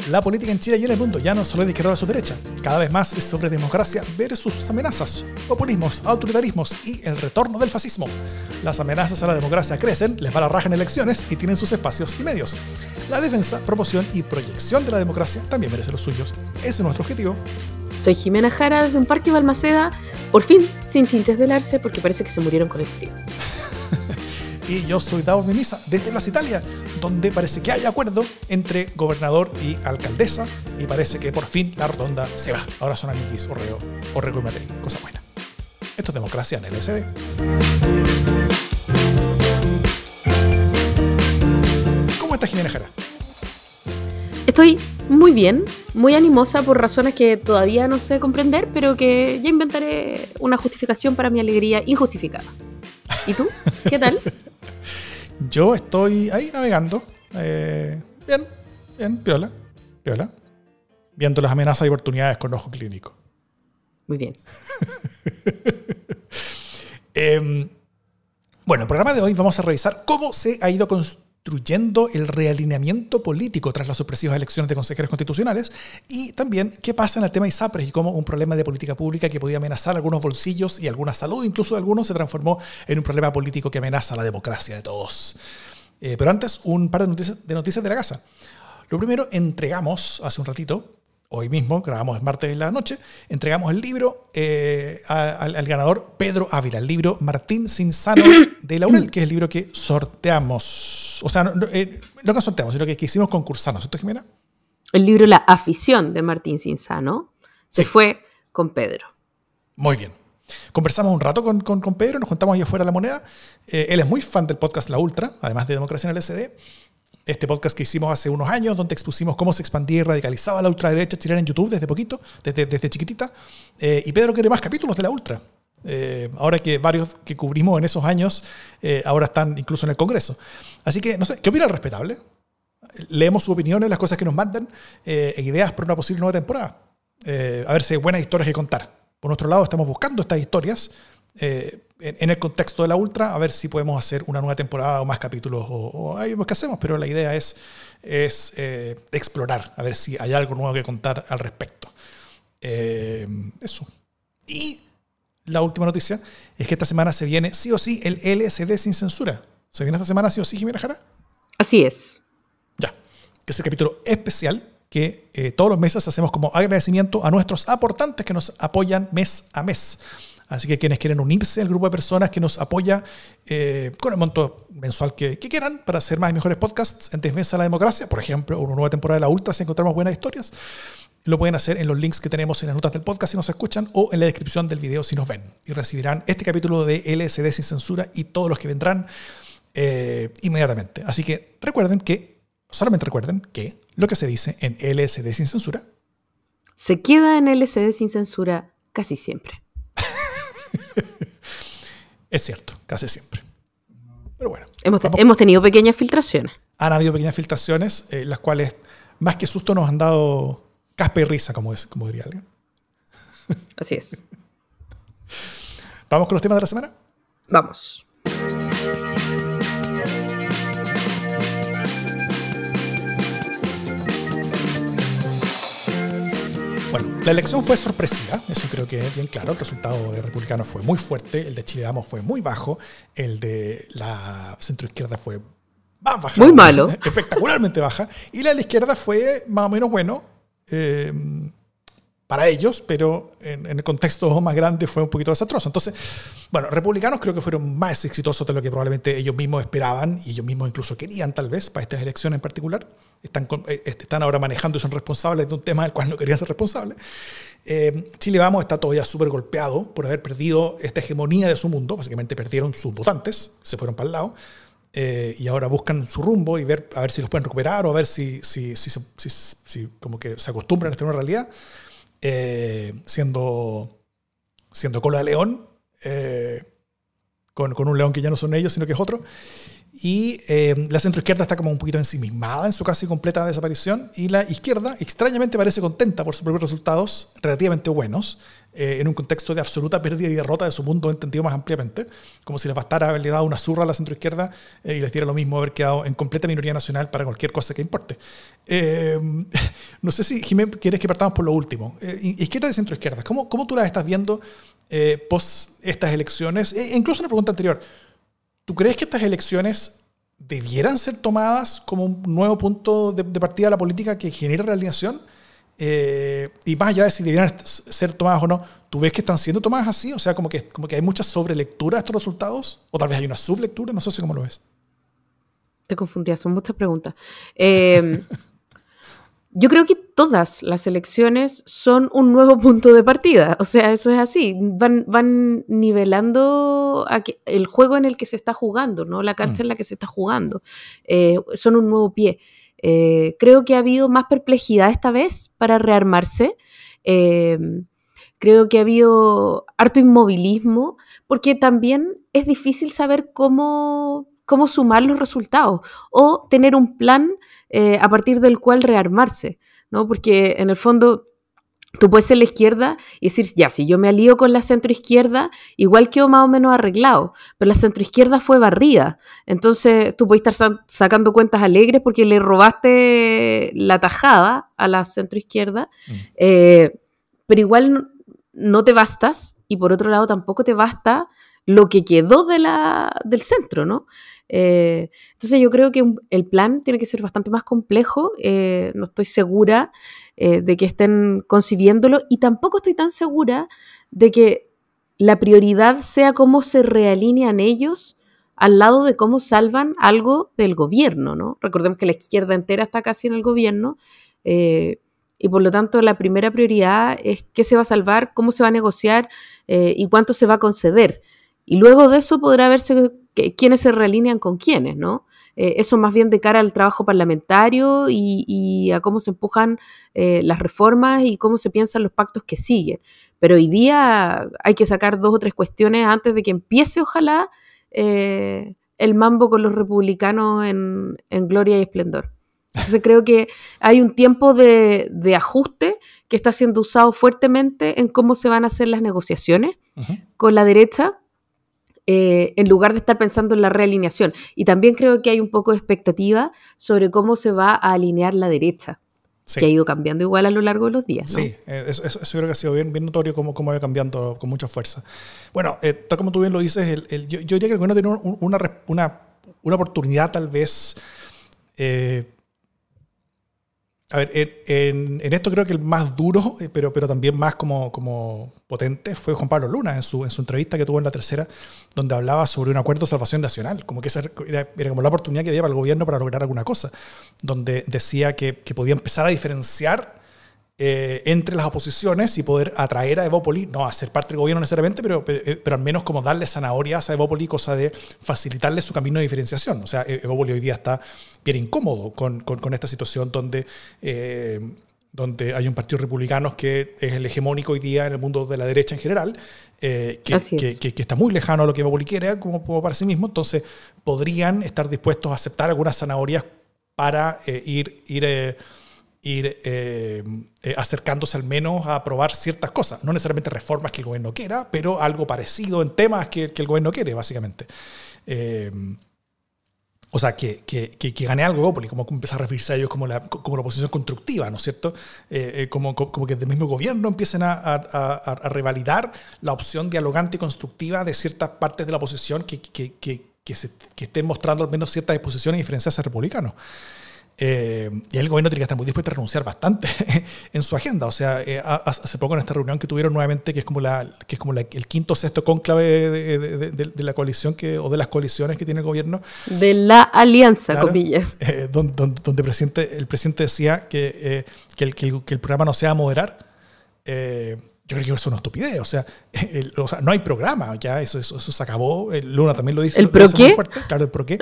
La política en Chile y en el mundo ya no es solo de izquierda a su derecha. Cada vez más es sobre democracia versus sus amenazas, populismos, autoritarismos y el retorno del fascismo. Las amenazas a la democracia crecen, les va la raja en elecciones y tienen sus espacios y medios. La defensa, promoción y proyección de la democracia también merece los suyos. Ese es nuestro objetivo. Soy Jimena Jara desde un parque Balmaceda, por fin sin tintes del arce porque parece que se murieron con el frío. Y yo soy Davos Memisa desde Plaza Italia, donde parece que hay acuerdo entre gobernador y alcaldesa y parece que por fin la rotonda se va. Ahora son amiguis, Orreo, Orrego y Matei, cosa buena. Esto es democracia en el LSD. ¿Cómo estás, Jimena Jara? Estoy muy bien, muy animosa por razones que todavía no sé comprender, pero que ya inventaré una justificación para mi alegría injustificada. ¿Y tú? ¿Qué tal? Yo estoy ahí navegando. Bien, piola. Viendo las amenazas y oportunidades con ojo clínico. Muy bien. Bueno, el programa de hoy vamos a revisar cómo se ha ido construyendo el realineamiento político tras las sorpresivas elecciones de consejeros constitucionales y también qué pasa en el tema ISAPRES y cómo un problema de política pública que podía amenazar algunos bolsillos y alguna salud, incluso de algunos, se transformó en un problema político que amenaza la democracia de todos. Pero antes, un par de noticias de la casa. Lo primero, entregamos hace un ratito, hoy mismo, grabamos el martes en la noche, entregamos el libro al ganador Pedro Ávila, el libro Martín Cinzano de Laurel, que es el libro que sorteamos. O sea, no que sorteamos, sino que quisimos concursar, ¿no es cierto, Jimena? El libro La afición de Martín Cinzano se fue con Pedro. Muy bien. Conversamos un rato con Pedro, nos juntamos ahí afuera de La Moneda. Él es muy fan del podcast La Ultra, además de Democracia en el LSD. Este podcast que hicimos hace unos años, donde expusimos cómo se expandía y radicalizaba la ultraderecha chilena en YouTube desde poquito, desde chiquitita. Y Pedro quiere más capítulos de La Ultra. Ahora que varios que cubrimos en esos años ahora están incluso en el Congreso. Así que, no sé, ¿qué opina el respetable? Leemos sus opiniones, las cosas que nos mandan, ideas para una posible nueva temporada. A ver si hay buenas historias que contar. Por nuestro lado, estamos buscando estas historias en el contexto de la Ultra, a ver si podemos hacer una nueva temporada o más capítulos o ahí vemos qué hacemos, pero la idea es explorar, a ver si hay algo nuevo que contar al respecto. Eso. Y la última noticia es que esta semana se viene sí o sí el LSD sin censura. ¿Se viene esta semana sí o sí, Jimena Jara? Así es. Ya. Que es el capítulo especial que todos los meses hacemos como agradecimiento a nuestros aportantes que nos apoyan mes a mes. Así que quienes quieren unirse al grupo de personas que nos apoya con el monto mensual que quieran para hacer más y mejores podcasts en defensa de la democracia, por ejemplo, una nueva temporada de La Ultra si encontramos buenas historias, lo pueden hacer en los links que tenemos en las notas del podcast si nos escuchan o en la descripción del video si nos ven. Y recibirán este capítulo de LSD sin censura y todos los que vendrán inmediatamente. Así que solamente recuerden que lo que se dice en LSD sin censura se queda en LSD sin censura casi siempre. Es cierto, casi siempre. Pero bueno. Hemos tenido pequeñas filtraciones. Han habido pequeñas filtraciones, las cuales más que susto nos han dado caspa y risa, como diría alguien. Así es. ¿Vamos con los temas de la semana? Vamos. Bueno, la elección fue sorpresiva, eso creo que es bien claro. El resultado de Republicanos fue muy fuerte, el de Chile Vamos fue muy bajo, el de la centroizquierda fue más baja. Muy malo. Espectacularmente baja. Y la de la izquierda fue más o menos bueno para ellos, pero en el contexto más grande fue un poquito desastroso. Entonces, bueno, Republicanos creo que fueron más exitosos de lo que probablemente ellos mismos esperaban y ellos mismos incluso querían tal vez para estas elecciones en particular. Están ahora manejando y son responsables de un tema del cual no querían ser responsables. Chile Vamos está todavía súper golpeado por haber perdido esta hegemonía de su mundo. Básicamente perdieron sus votantes, se fueron para el lado. Y ahora buscan su rumbo y a ver si los pueden recuperar o a ver si como que se acostumbran a esta nueva realidad. Siendo cola de león, con un león que ya no son ellos, sino que es otro. y la centroizquierda está como un poquito ensimismada en su casi completa desaparición, y la izquierda extrañamente parece contenta por sus propios resultados relativamente buenos, en un contexto de absoluta pérdida y derrota de su mundo entendido más ampliamente, como si les bastara haberle dado una zurra a la centroizquierda y les diera lo mismo haber quedado en completa minoría nacional para cualquier cosa que importe. No sé si, Jimé, quieres que partamos por lo último. Izquierda y centroizquierda, ¿cómo tú las estás viendo post estas elecciones? Incluso una pregunta anterior, ¿tú crees que estas elecciones debieran ser tomadas como un nuevo punto de partida de la política que genere realineación? Y más allá de si debieran ser tomadas o no, ¿tú ves que están siendo tomadas así? O sea, como que hay mucha sobrelectura de estos resultados, o tal vez hay una sublectura, no sé cómo lo ves. Te confundías, son muchas preguntas. Yo creo que todas las elecciones son un nuevo punto de partida. O sea, eso es así. Van nivelando el juego en el que se está jugando, ¿no? La cancha en la que se está jugando. Son un nuevo pie. Creo que ha habido más perplejidad esta vez para rearmarse. Creo que ha habido harto inmovilismo, porque también es difícil saber cómo sumar los resultados o tener un plan a partir del cual rearmarse, ¿no? Porque en el fondo tú puedes ser la izquierda y decir, ya, si yo me alío con la centroizquierda, igual quedó más o menos arreglado, pero la centroizquierda fue barrida. Entonces tú puedes estar sacando cuentas alegres porque le robaste la tajada a la centroizquierda, pero igual no te bastas, y por otro lado tampoco te basta lo que quedó del centro, ¿no? Entonces yo creo que el plan tiene que ser bastante más complejo. No estoy segura de que estén concibiéndolo, y tampoco estoy tan segura de que la prioridad sea cómo se realinean ellos al lado de cómo salvan algo del gobierno, ¿no? Recordemos que la izquierda entera está casi en el gobierno, y por lo tanto la primera prioridad es qué se va a salvar, cómo se va a negociar y cuánto se va a conceder. Y luego de eso podrá verse quiénes se realinean con quiénes, ¿no? Eso más bien de cara al trabajo parlamentario y a cómo se empujan las reformas y cómo se piensan los pactos que siguen. Pero hoy día hay que sacar 2 o 3 cuestiones antes de que empiece, ojalá, el mambo con los republicanos en gloria y esplendor. Entonces creo que hay un tiempo de ajuste que está siendo usado fuertemente en cómo se van a hacer las negociaciones con la derecha, en lugar de estar pensando en la realineación. Y también creo que hay un poco de expectativa sobre cómo se va a alinear la derecha, sí, que ha ido cambiando igual a lo largo de los días, ¿no? Sí, eso creo que ha sido bien notorio cómo ha ido cambiando con mucha fuerza. Bueno, tal como tú bien lo dices, yo diría que el gobierno tiene una oportunidad tal vez... A ver, en esto creo que el más duro, pero también más como potente, fue Juan Pablo Luna en su entrevista que tuvo en La Tercera, donde hablaba sobre un acuerdo de salvación nacional, como que esa era como la oportunidad que había para el gobierno para lograr alguna cosa, donde decía que podía empezar a diferenciar entre las oposiciones y poder atraer a Evópoli, no a ser parte del gobierno necesariamente, pero al menos como darle zanahorias a Evópoli, cosa de facilitarle su camino de diferenciación. O sea, Evópoli hoy día está bien incómodo con esta situación donde hay un partido republicano que es el hegemónico hoy día en el mundo de la derecha en general, que está muy lejano a lo que Evópoli quiere como para sí mismo. Entonces podrían estar dispuestos a aceptar algunas zanahorias para ir acercándose al menos a aprobar ciertas cosas, no necesariamente reformas que el gobierno quiera, pero algo parecido en temas que el gobierno quiere, básicamente. O sea, que gane algo Evópoli, como empezar a referirse a ellos como la oposición constructiva, ¿no es cierto? Como que del mismo gobierno empiecen a revalidar la opción dialogante y constructiva de ciertas partes de la oposición que estén mostrando al menos cierta disposición a diferenciarse republicanos. Y el gobierno tiene que estar muy dispuesto a renunciar bastante en su agenda. O sea, hace poco en esta reunión que tuvieron nuevamente, que es como el quinto o sexto cónclave de la coalición o de las coaliciones que tiene el gobierno. De la alianza, claro, comillas. Donde el presidente decía que el programa no sea moderar. Yo creo que eso es una estupidez. O sea, no hay programa, ya eso se acabó. Luna también lo dice. ¿El pro qué? Claro, el pro qué.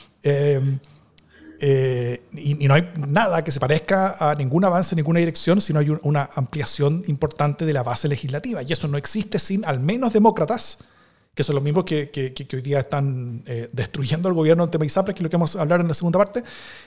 Y no hay nada que se parezca a ningún avance en ninguna dirección si no hay una ampliación importante de la base legislativa. Y eso no existe sin al menos demócratas que son los mismos que hoy día están destruyendo el gobierno ante ISAPRES, que es lo que vamos a hablar en la segunda parte,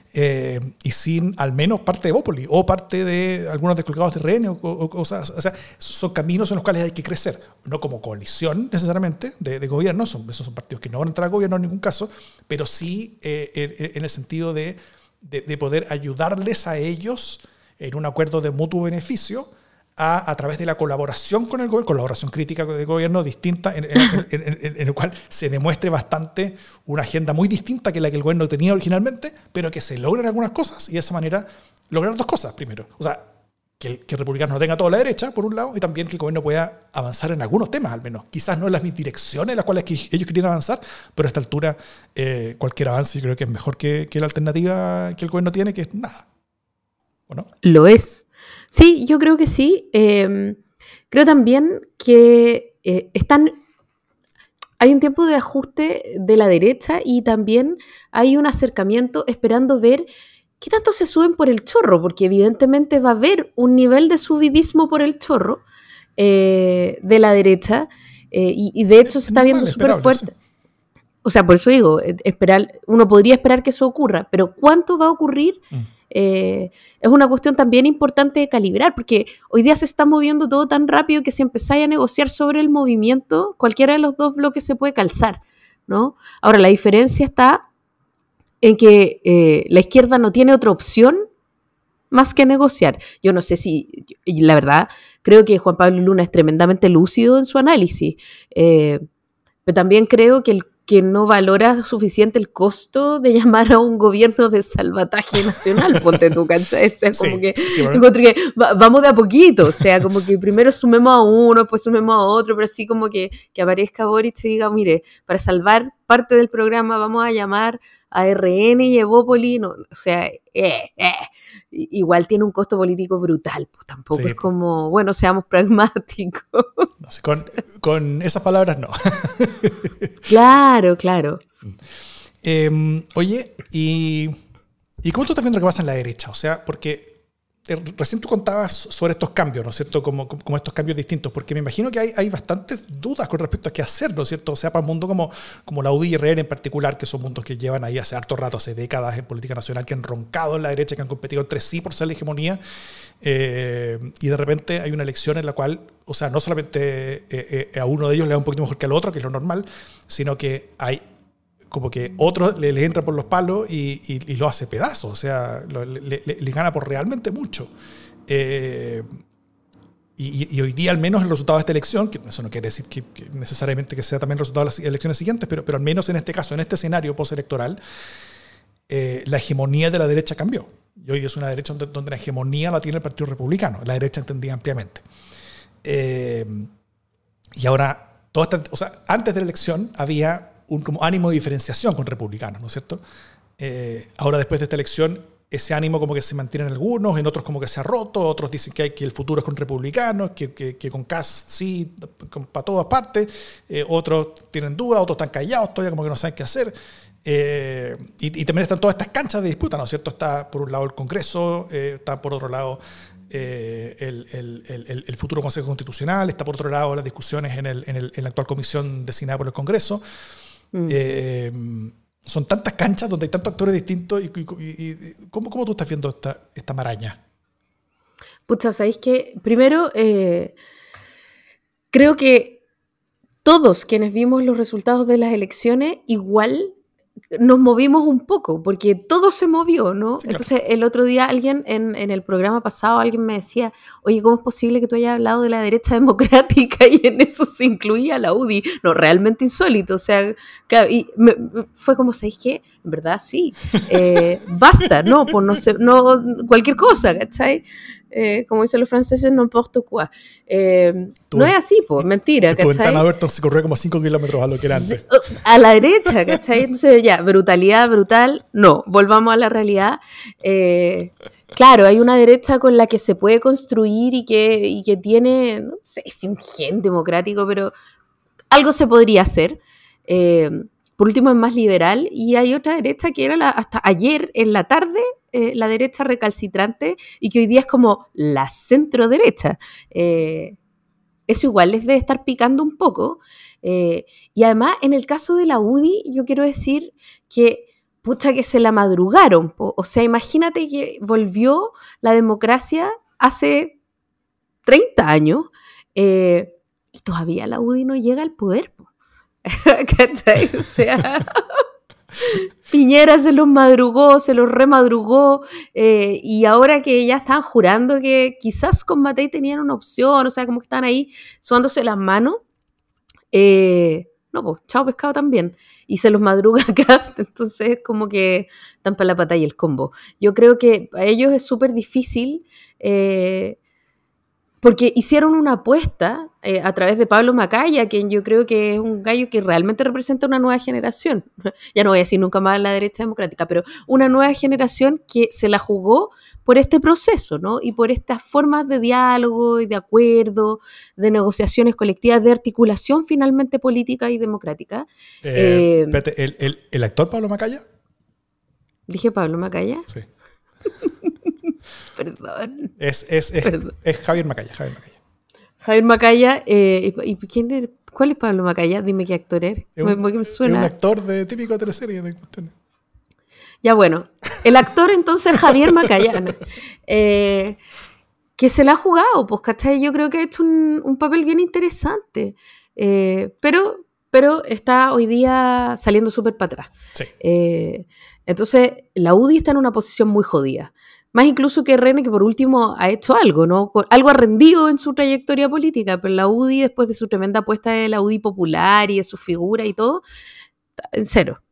y sin al menos parte de Bópoli o parte de algunos descolgados de RN o cosas. O sea, son caminos en los cuales hay que crecer, no como coalición necesariamente de gobierno, esos son partidos que no van a entrar al gobierno en ningún caso, pero sí en el sentido de poder ayudarles a ellos en un acuerdo de mutuo beneficio a través de la colaboración con el gobierno, colaboración crítica del gobierno distinta, en el cual se demuestre bastante una agenda muy distinta que la que el gobierno tenía originalmente, pero que se logren algunas cosas y de esa manera lograr dos cosas primero. O sea, que el republicano no tenga toda la derecha, por un lado, y también que el gobierno pueda avanzar en algunos temas, al menos. Quizás no en las direcciones en las cuales ellos querían avanzar, pero a esta altura cualquier avance yo creo que es mejor que la alternativa que el gobierno tiene, que es nada. ¿O no? Lo es. Sí, yo creo que sí. Creo también que hay un tiempo de ajuste de la derecha y también hay un acercamiento esperando ver qué tanto se suben por el chorro, porque evidentemente va a haber un nivel de subidismo por el chorro de la derecha y de hecho se está viendo súper fuerte. Sí. O sea, por eso digo, uno podría esperar que eso ocurra, pero ¿cuánto va a ocurrir? Es una cuestión también importante de calibrar, porque hoy día se está moviendo todo tan rápido que si empezáis a negociar sobre el movimiento, cualquiera de los dos bloques se puede calzar, ¿no? Ahora, la diferencia está en que la izquierda no tiene otra opción más que negociar. Yo no sé si, la verdad, creo que Juan Pablo Luna es tremendamente lúcido en su análisis, pero también creo que no valora suficiente el costo de llamar a un gobierno de salvataje nacional, ponte tú, ¿cachai? O sea, como que vamos de a poquito, o sea, como que primero sumemos a uno, después sumemos a otro, pero así como que aparezca Boric y diga, mire, para salvar parte del programa vamos a llamar a RN y Evópoli, no, o sea, igual tiene un costo político brutal, pues tampoco es como, bueno, seamos pragmáticos. No sé, con esas palabras no. Claro, claro. Oye, ¿y cómo tú estás viendo lo que pasa en la derecha? O sea, porque recién tú contabas sobre estos cambios, ¿no es cierto? Como estos cambios distintos, porque me imagino que hay bastantes dudas con respecto a qué hacer, ¿no es cierto? O sea, para el mundo como la UDI y RN en particular, que son mundos que llevan ahí hace harto rato, hace décadas en política nacional, que han roncado en la derecha, que han competido entre sí por ser la hegemonía, y de repente hay una elección en la cual, o sea, no solamente a uno de ellos le da un poquito mejor que al otro, que es lo normal, sino que hay como que otro le entra por los palos y lo hace pedazos, o sea, le gana por realmente mucho. Y hoy día al menos el resultado de esta elección, que eso no quiere decir que necesariamente que sea también el resultado de las elecciones siguientes, pero al menos en este caso, en este escenario postelectoral, la hegemonía de la derecha cambió. Y hoy es una derecha donde la hegemonía la tiene el Partido Republicano, la derecha entendida ampliamente. Y ahora, o sea, antes de la elección había un como ánimo de diferenciación con republicanos, ¿no es cierto? Ahora, después de esta elección, ese ánimo como que se mantiene en algunos, en otros como que se ha roto, otros dicen que el futuro es con republicanos, que con Kast sí, para todas partes, otros tienen dudas, otros están callados, todavía como que no saben qué hacer. Y también están todas estas canchas de disputa, ¿no es cierto? Está por un lado el Congreso, está por otro lado el futuro Consejo Constitucional, está por otro lado las discusiones en la actual comisión designada por el Congreso. Son tantas canchas donde hay tantos actores distintos y ¿cómo tú estás viendo esta maraña? Pucha, ¿sabéis qué? Primero, creo que todos quienes vimos los resultados de las elecciones igual nos movimos un poco, porque todo se movió, ¿no? Sí, claro. Entonces, el otro día alguien en el programa pasado, alguien me decía, oye, ¿cómo es posible que tú hayas hablado de la derecha democrática y en eso se incluía la UDI? No, realmente insólito, o sea, claro, y fue como, ¿sabéis qué? En verdad, sí, basta, ¿no? Pues no sé, no, cualquier cosa, ¿cachai? Como dicen los franceses, n'importe quoi. No es así, pues, mentira, ¿cachai? Tu ventana abierta se corrió como 5 kilómetros a lo que era antes. A la derecha, ¿cachai? Entonces ya, brutalidad, brutal, no, volvamos a la realidad. Claro, hay una derecha con la que se puede construir y que tiene, no sé si un gen democrático, pero algo se podría hacer. Por último, es más liberal, y hay otra derecha que era hasta ayer en la tarde, la derecha recalcitrante, y que hoy día es como la centro derecha. Eso igual les debe estar picando un poco, Y además, en el caso de la UDI, yo quiero decir que, pucha, que se la madrugaron. O sea, imagínate que volvió la democracia hace 30 años y todavía la UDI no llega al poder. ¿Cachai? O sea, Piñera se los madrugó, se los remadrugó, y ahora que ya están jurando que quizás con Matei tenían una opción, o sea, como que están ahí suándose las manos, no, pues, chao pescado también, y se los madruga Kast, entonces como que están para la pata y el combo. Yo creo que a ellos es súper difícil, porque hicieron una apuesta a través de Pablo Macaya, quien yo creo que es un gallo que realmente representa una nueva generación. Ya no voy a decir nunca más la derecha democrática, pero una nueva generación que se la jugó por este proceso, ¿no? Y por estas formas de diálogo y de acuerdo, de negociaciones colectivas, de articulación finalmente política y democrática. Espérate, ¿el actor Pablo Macaya? ¿Dije Pablo Macaya? Sí. Perdón. Es Javier Macaya. Javier Macaya, ¿y cuál es Pablo Macaya? Dime qué actor es. Me suena. Es un actor típico de teleserie. Ya bueno, el actor entonces Javier Macaya, que se la ha jugado, pues, ¿cachai? Yo creo que ha hecho un papel bien interesante, pero está hoy día saliendo súper para atrás. Sí. Entonces, la UDI está en una posición muy jodida. Más incluso que RN, que por último ha hecho algo, ¿no? Algo ha rendido en su trayectoria política, pero la UDI, después de su tremenda apuesta de la UDI popular y de su figura y todo, en cero.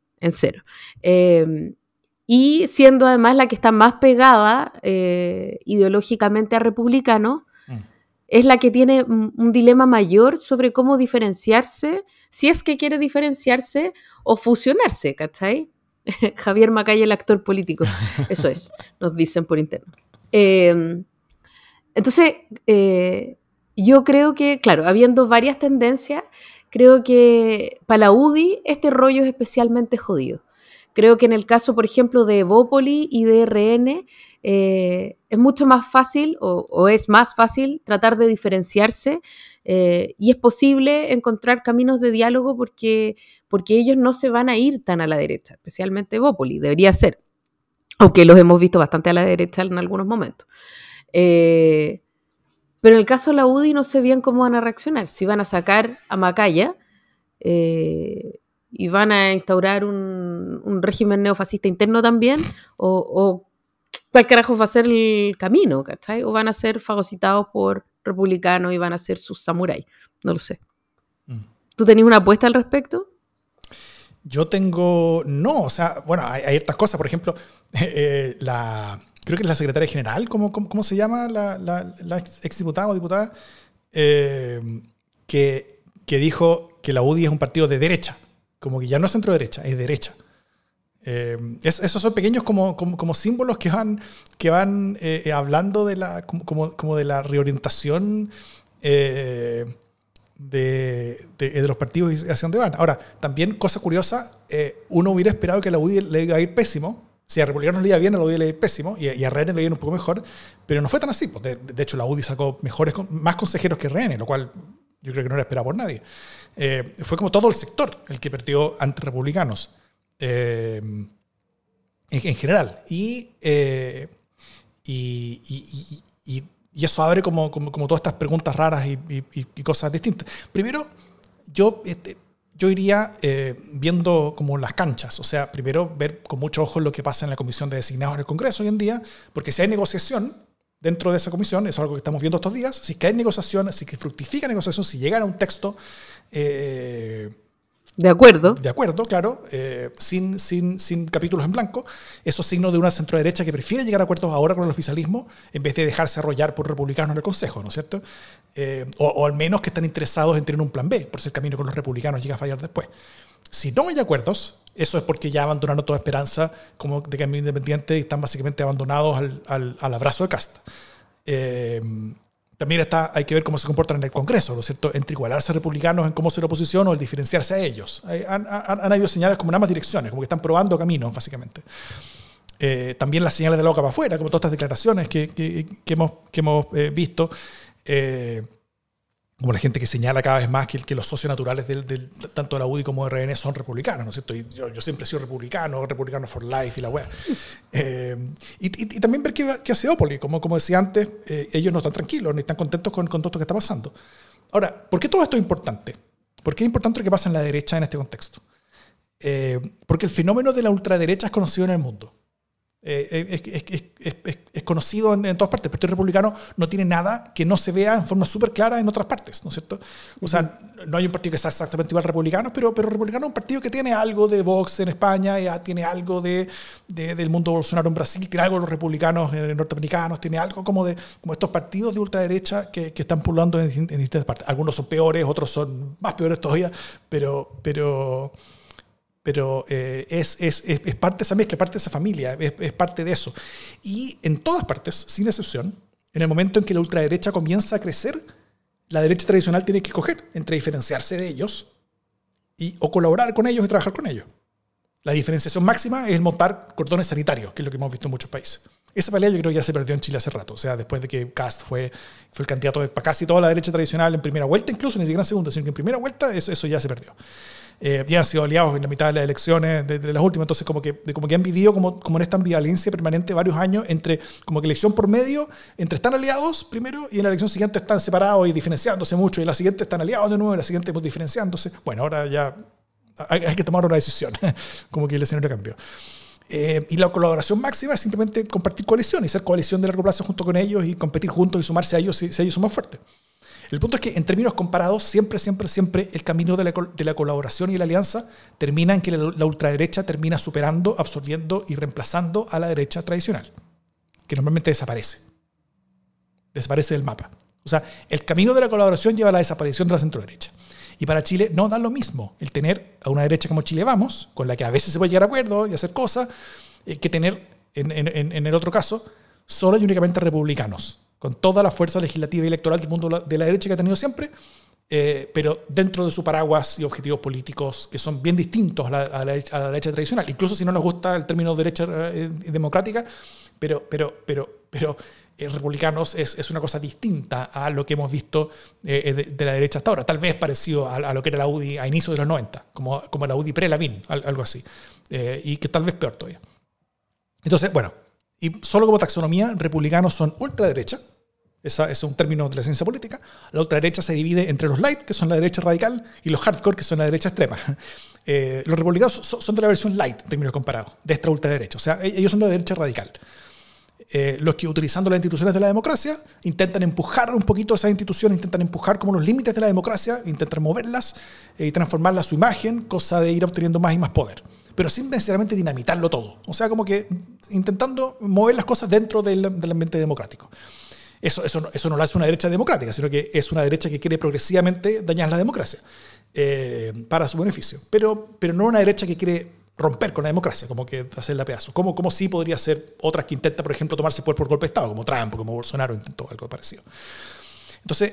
Y siendo además la que está más pegada ideológicamente a republicanos, es la que tiene un dilema mayor sobre cómo diferenciarse, si es que quiere diferenciarse o fusionarse, ¿cachai? Javier Macaya, el actor político. Eso es, nos dicen por interno. Entonces, yo creo que, claro, habiendo varias tendencias, creo que para la UDI este rollo es especialmente jodido. Creo que en el caso, por ejemplo, de Evópoli y de RN, es mucho más fácil o es más fácil tratar de diferenciarse, y es posible encontrar caminos de diálogo porque ellos no se van a ir tan a la derecha, especialmente Evópoli, debería ser, aunque los hemos visto bastante a la derecha en algunos momentos. Pero en el caso de la UDI no sé bien cómo van a reaccionar, si van a sacar a Macaya y van a instaurar un régimen neofascista interno también, o ¿cuál carajo va a ser el camino? ¿Cachai? O van a ser fagocitados por republicanos y van a ser sus samuráis. No lo sé. ¿Tú tenés una apuesta al respecto? Yo tengo... No, o sea, bueno, hay otras cosas. Por ejemplo, creo que es la secretaria general, ¿cómo se llama? La exdiputada o diputada, que dijo que la UDI es un partido de derecha. Como que ya no es centro-derecha, es derecha. Esos son pequeños como símbolos que van hablando de como de la reorientación de los partidos y hacia dónde van. Ahora, también, cosa curiosa, uno hubiera esperado que a la UDI le iba a ir pésimo. Si a Republicanos le iba bien, a la UDI le iba a ir pésimo, y a RN le iba un poco mejor, pero no fue tan así. Pues de hecho, la UDI sacó más consejeros que RN, lo cual yo creo que no era esperado por nadie. Fue como todo el sector el que perdió ante republicanos. En general. Y eso abre como todas estas preguntas raras y cosas distintas. Primero, yo iría viendo como las canchas. O sea, primero ver con mucho ojo lo que pasa en la comisión de designados en el Congreso hoy en día, porque si hay negociación dentro de esa comisión, eso es algo que estamos viendo estos días, si hay negociación, si fructifica negociación, si llegan a un texto... De acuerdo, claro, sin capítulos en blanco. Eso es signo de una centroderecha que prefiere llegar a acuerdos ahora con el oficialismo en vez de dejarse arrollar por republicanos en el Consejo, ¿no es cierto? O al menos que están interesados en tener un plan B, por si el camino con los republicanos llega a fallar después. Si no hay acuerdos, eso es porque ya abandonaron toda esperanza como de cambio independiente y están básicamente abandonados al abrazo de Kast. También hay que ver cómo se comportan en el Congreso, ¿no es cierto? Entre igualarse a republicanos en cómo ser oposición o el diferenciarse a ellos. Han habido señales como en ambas direcciones, como que están probando caminos, básicamente. También las señales de la boca para afuera, como todas estas declaraciones que hemos visto. como la gente que señala cada vez más que los socios naturales tanto de la UDI como de RN son republicanos, ¿no es cierto? Y yo siempre he sido republicano for life y la wea. Y también ver qué hace Ópoli, como decía antes, ellos no están tranquilos, ni están contentos con todo esto que está pasando. Ahora, ¿por qué todo esto es importante? ¿Por qué es importante lo que pasa en la derecha en este contexto? Porque el fenómeno de la ultraderecha es conocido en el mundo. Es conocido en todas partes. El Partido Republicano no tiene nada que no se vea en forma súper clara en otras partes, ¿no es cierto? O sea, no hay un partido que sea exactamente igual a Republicano, pero Republicano es un partido que tiene algo de Vox en España, ya tiene algo del mundo Bolsonaro en Brasil, tiene algo de los republicanos norteamericanos, tiene algo como estos partidos de ultraderecha que están pululando en distintas partes. Algunos son peores, otros son más peores todavía, pero es parte de esa mezcla, parte de esa familia, es parte de eso. Y en todas partes, sin excepción, en el momento en que la ultraderecha comienza a crecer, la derecha tradicional tiene que escoger entre diferenciarse de ellos o colaborar con ellos y trabajar con ellos. La diferenciación máxima es el montar cordones sanitarios, que es lo que hemos visto en muchos países. Esa pelea yo creo que ya se perdió en Chile hace rato. O sea, después de que Kast fue el candidato para casi toda la derecha tradicional en primera vuelta, incluso ni siquiera en segunda, sino que en primera vuelta eso ya se perdió. Ya han sido aliados en la mitad de las elecciones de las últimas, entonces como que han vivido como en esta ambivalencia permanente varios años entre como que elección por medio, entre están aliados primero y en la elección siguiente están separados y diferenciándose mucho, y en la siguiente están aliados de nuevo, y en la siguiente pues, diferenciándose. Bueno, ahora ya hay que tomar una decisión, como que el escenario cambió. Y la colaboración máxima es simplemente compartir coalición y ser coalición de largo plazo junto con ellos y competir juntos y sumarse a ellos si ellos son más fuertes. El punto es que en términos comparados siempre el camino de la colaboración y la alianza termina en que la ultraderecha termina superando, absorbiendo y reemplazando a la derecha tradicional, que normalmente desaparece del mapa. O sea, el camino de la colaboración lleva a la desaparición de la centroderecha. Y para Chile no da lo mismo el tener a una derecha como Chile Vamos, con la que a veces se puede llegar a acuerdo y hacer cosas, que tener en el otro caso solo y únicamente republicanos, con toda la fuerza legislativa y electoral del mundo de la derecha que ha tenido siempre, pero dentro de su paraguas y objetivos políticos que son bien distintos a la derecha tradicional. Incluso si no nos gusta el término derecha democrática, pero republicanos es una cosa distinta a lo que hemos visto de la derecha hasta ahora. Tal vez parecido a lo que era la UDI a inicios de los 90, como la UDI pre-Lavín, algo así. Y que tal vez peor todavía. Entonces, bueno, y solo como taxonomía, republicanos son ultraderecha. Ese es un término de la ciencia política. La ultraderecha se divide entre los light, que son la derecha radical, y los hardcore, que son la derecha extrema. Los republicanos son de la versión light, en términos comparados, de esta ultraderecha. O sea, ellos son de la derecha radical. Los que, utilizando las instituciones de la democracia, intentan empujar un poquito esas instituciones, intentan empujar como los límites de la democracia, intentan moverlas y transformarlas a su imagen, cosa de ir obteniendo más y más poder, pero sin necesariamente dinamitarlo todo. O sea, como que intentando mover las cosas dentro del ambiente democrático. Eso no lo hace una derecha democrática, sino que es una derecha que quiere progresivamente dañar la democracia para su beneficio, pero no una derecha que quiere romper con la democracia, como que hacerla pedazos. Como sí podría ser otras que intentan, por ejemplo, tomarse el poder por golpe de Estado, como Trump, como Bolsonaro intentó algo parecido. Entonces,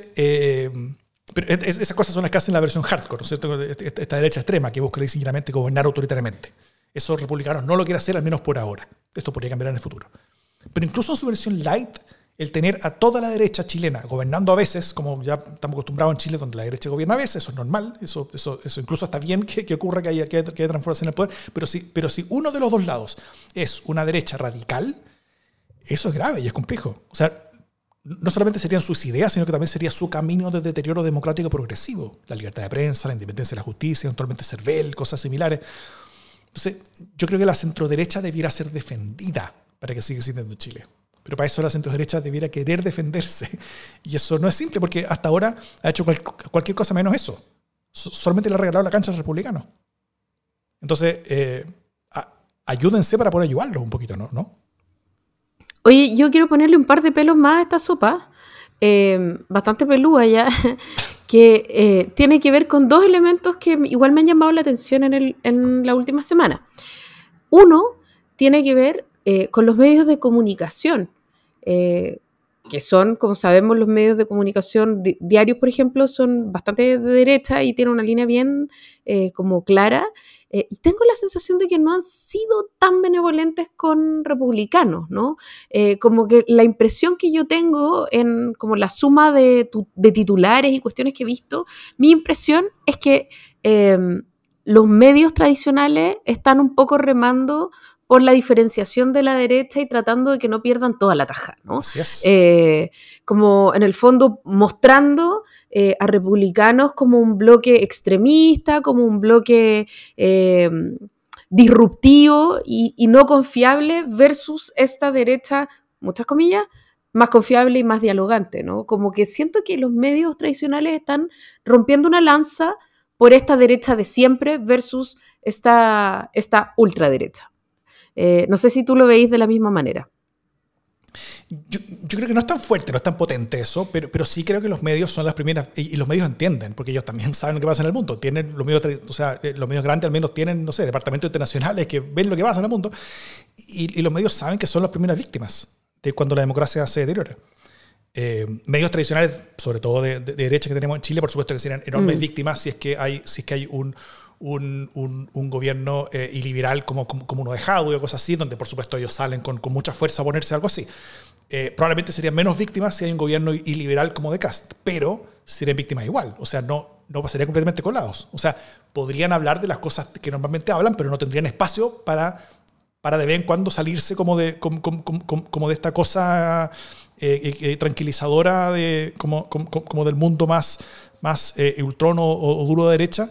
pero esas cosas son las que hacen la versión hardcore, ¿no es cierto? Esta derecha extrema que busca sinceramente gobernar autoritariamente. Esos republicanos no lo quieren hacer, al menos por ahora. Esto podría cambiar en el futuro. Pero incluso en su versión light, el tener a toda la derecha chilena gobernando a veces, como ya estamos acostumbrados en Chile, donde la derecha gobierna a veces, eso es normal, eso incluso está bien que ocurra que haya transformación en el poder, pero si uno de los dos lados es una derecha radical, eso es grave y es complejo. O sea, no solamente serían sus ideas, sino que también sería su camino de deterioro democrático progresivo. La libertad de prensa, la independencia de la justicia, eventualmente CERVEL, cosas similares. Entonces, yo creo que la centroderecha debiera ser defendida para que siga existiendo en Chile. Pero para eso la centroderecha debiera querer defenderse. Y eso no es simple, porque hasta ahora ha hecho cualquier cosa menos eso. Solamente le ha regalado la cancha al republicano. Entonces, ayúdense para poder ayudarlos un poquito, ¿no? Oye, yo quiero ponerle un par de pelos más a esta sopa, bastante pelúa ya, que tiene que ver con dos elementos que igual me han llamado la atención en la última semana. Uno tiene que ver con los medios de comunicación. que son, como sabemos, los medios de comunicación diarios, por ejemplo, son bastante de derecha y tienen una línea bien como clara. Y tengo la sensación de que no han sido tan benevolentes con republicanos, ¿no? Como que la impresión que yo tengo en como la suma de titulares y cuestiones que he visto, mi impresión es que los medios tradicionales están un poco remando por la diferenciación de la derecha y tratando de que no pierdan toda la taja, ¿no? Así es. Como en el fondo mostrando a republicanos como un bloque extremista, como un bloque disruptivo y no confiable versus esta derecha, muchas comillas, más confiable y más dialogante, ¿no? Como que siento que los medios tradicionales están rompiendo una lanza por esta derecha de siempre versus esta ultraderecha. No sé si tú lo veis de la misma manera. Yo creo que no es tan fuerte, no es tan potente eso, pero sí creo que los medios son las primeras, y los medios entienden, porque ellos también saben lo que pasa en el mundo. Tienen los medios, o sea, los medios grandes al menos tienen, no sé, departamentos internacionales que ven lo que pasa en el mundo, y los medios saben que son las primeras víctimas de cuando la democracia se deteriora. Medios tradicionales, sobre todo de derecha que tenemos en Chile, por supuesto que serían enormes víctimas si es que hay un gobierno iliberal como uno de Jadwe o cosas así, donde por supuesto ellos salen con mucha fuerza a ponerse algo así. Probablemente serían menos víctimas si hay un gobierno iliberal como de Kast, pero serían víctimas igual. O sea, no pasarían completamente colados. O sea, podrían hablar de las cosas que normalmente hablan, pero no tendrían espacio para de vez en cuando salirse como de esta cosa tranquilizadora como del mundo más ultrón o duro de derecha.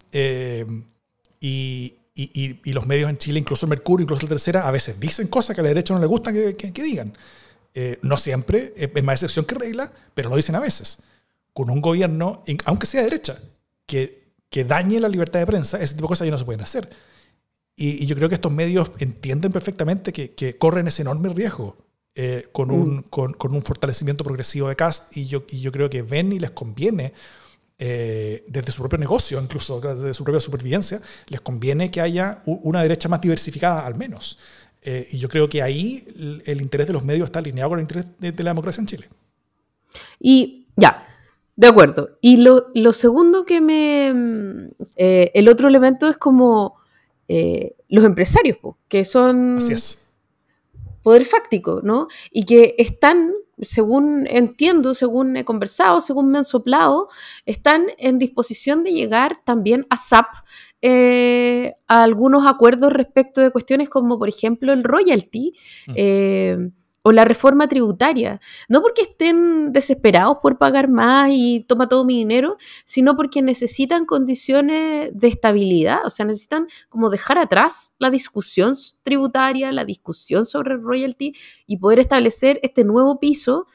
Y los medios en Chile, incluso el Mercurio, incluso el Tercera, a veces dicen cosas que a la derecha no le gusta que digan. No siempre, es más excepción que regla, pero lo dicen a veces. Con un gobierno, aunque sea de derecha, que dañe la libertad de prensa, ese tipo de cosas ya no se pueden hacer. Y yo creo que estos medios entienden perfectamente que corren ese enorme riesgo con un fortalecimiento progresivo de Kast, y yo creo que ven y les conviene, desde su propio negocio, incluso desde su propia supervivencia, les conviene que haya una derecha más diversificada al menos. Y yo creo que ahí el interés de los medios está alineado con el interés de la democracia en Chile. Y ya, de acuerdo. Y lo segundo que el otro elemento es como los empresarios, que son Así es. poder fáctico, ¿no? Y que están, según entiendo, según he conversado, según me han soplado, están en disposición de llegar también a SAP a algunos acuerdos respecto de cuestiones como, por ejemplo, el royalty o la reforma tributaria. No porque estén desesperados por pagar más y toma todo mi dinero, sino porque necesitan condiciones de estabilidad, o sea, necesitan como dejar atrás la discusión tributaria, la discusión sobre el royalty y poder establecer este nuevo piso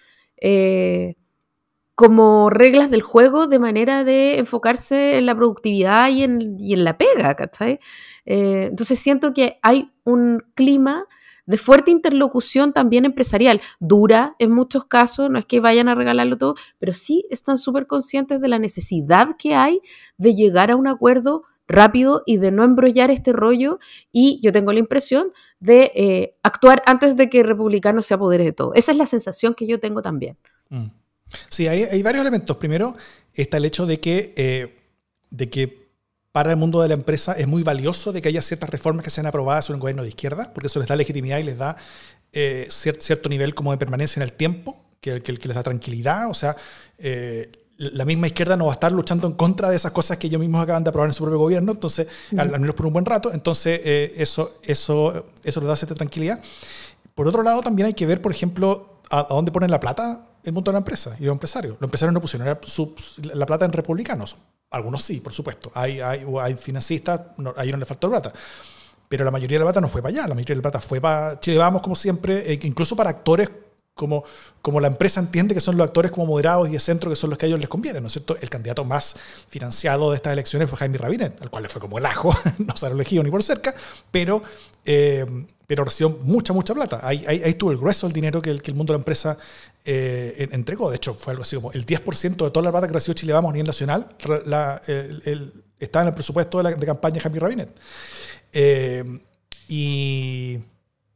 como reglas del juego de manera de enfocarse en la productividad y en la pega, ¿cachai? Entonces siento que hay un clima de fuerte interlocución también empresarial, dura en muchos casos, no es que vayan a regalarlo todo, pero sí están súper conscientes de la necesidad que hay de llegar a un acuerdo rápido y de no embrollar este rollo, y yo tengo la impresión de actuar antes de que el republicano se apodere de todo. Esa es la sensación que yo tengo también. Sí, hay varios elementos. Primero está el hecho de que para el mundo de la empresa es muy valioso de que haya ciertas reformas que sean aprobadas en un gobierno de izquierda, porque eso les da legitimidad y les da cierto nivel como de permanencia en el tiempo, que les da tranquilidad. O sea, la misma izquierda no va a estar luchando en contra de esas cosas que ellos mismos acaban de aprobar en su propio gobierno, entonces, al menos por un buen rato. Entonces, eso les da cierta tranquilidad. Por otro lado, también hay que ver, por ejemplo, a dónde ponen la plata el mundo de la empresa y los empresarios. Los empresarios no pusieron la plata en republicanos. Algunos sí, por supuesto. Hay financistas, a ellos no les faltó plata. Pero la mayoría de la plata no fue para allá. La mayoría de la plata fue para Chile Vamos, como siempre, incluso para actores como la empresa entiende que son los actores como moderados y de centro, que son los que a ellos les conviene, ¿no es cierto? El candidato más financiado de estas elecciones fue Jaime Rabinet, al cual le fue como el ajo, no se lo elegido ni por cerca, pero recibió mucha plata. Ahí estuvo el grueso del dinero que el mundo de la empresa entregó. De hecho, fue algo así como el 10% de toda la plata que recibió Chile Vamos a nivel nacional estaba en el presupuesto de campaña de Jaime Rabinet.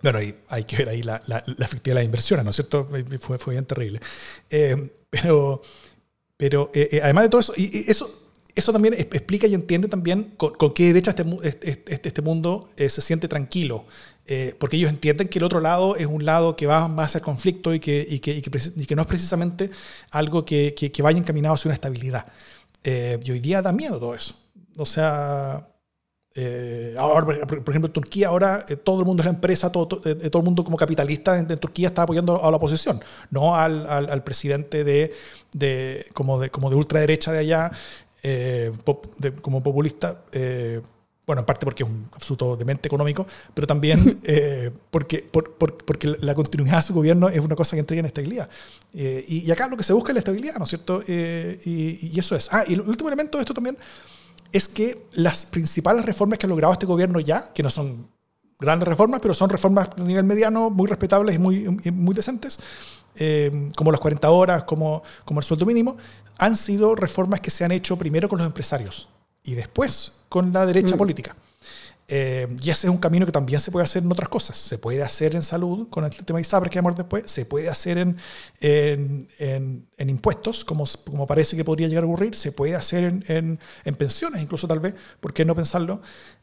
Bueno, y hay que ver ahí la efectividad de las inversiones, ¿no es cierto? Fue bien terrible. Pero además de todo eso, y eso también explica y entiende también con qué derecha este mundo se siente tranquilo. Porque ellos entienden que el otro lado es un lado que va más hacia el conflicto y que no es precisamente algo que vaya encaminado hacia una estabilidad. Y hoy día da miedo todo eso. O sea, ahora, por ejemplo, en Turquía ahora todo el mundo es la empresa, todo el mundo como capitalista en Turquía está apoyando a la oposición, no al presidente como de ultraderecha de allá, como populista. Bueno, en parte porque es un absoluto demente económico, pero también porque la continuidad de su gobierno es una cosa que entrega inestabilidad. Y acá lo que se busca es la estabilidad, ¿no es cierto? Y eso es. Y el último elemento de esto también es que las principales reformas que ha logrado este gobierno ya, que no son grandes reformas, pero son reformas a nivel mediano, muy respetables y muy decentes, como las 40 horas, como el sueldo mínimo, han sido reformas que se han hecho primero con los empresarios y después con la derecha política. Y ese es un camino que también se puede hacer en otras cosas. Se puede hacer en salud, con el tema de ISAPRES que vamos a ver después. Se puede hacer en impuestos, como parece que podría llegar a ocurrir. Se puede hacer en pensiones, incluso tal vez. ¿Por qué no pensarlo?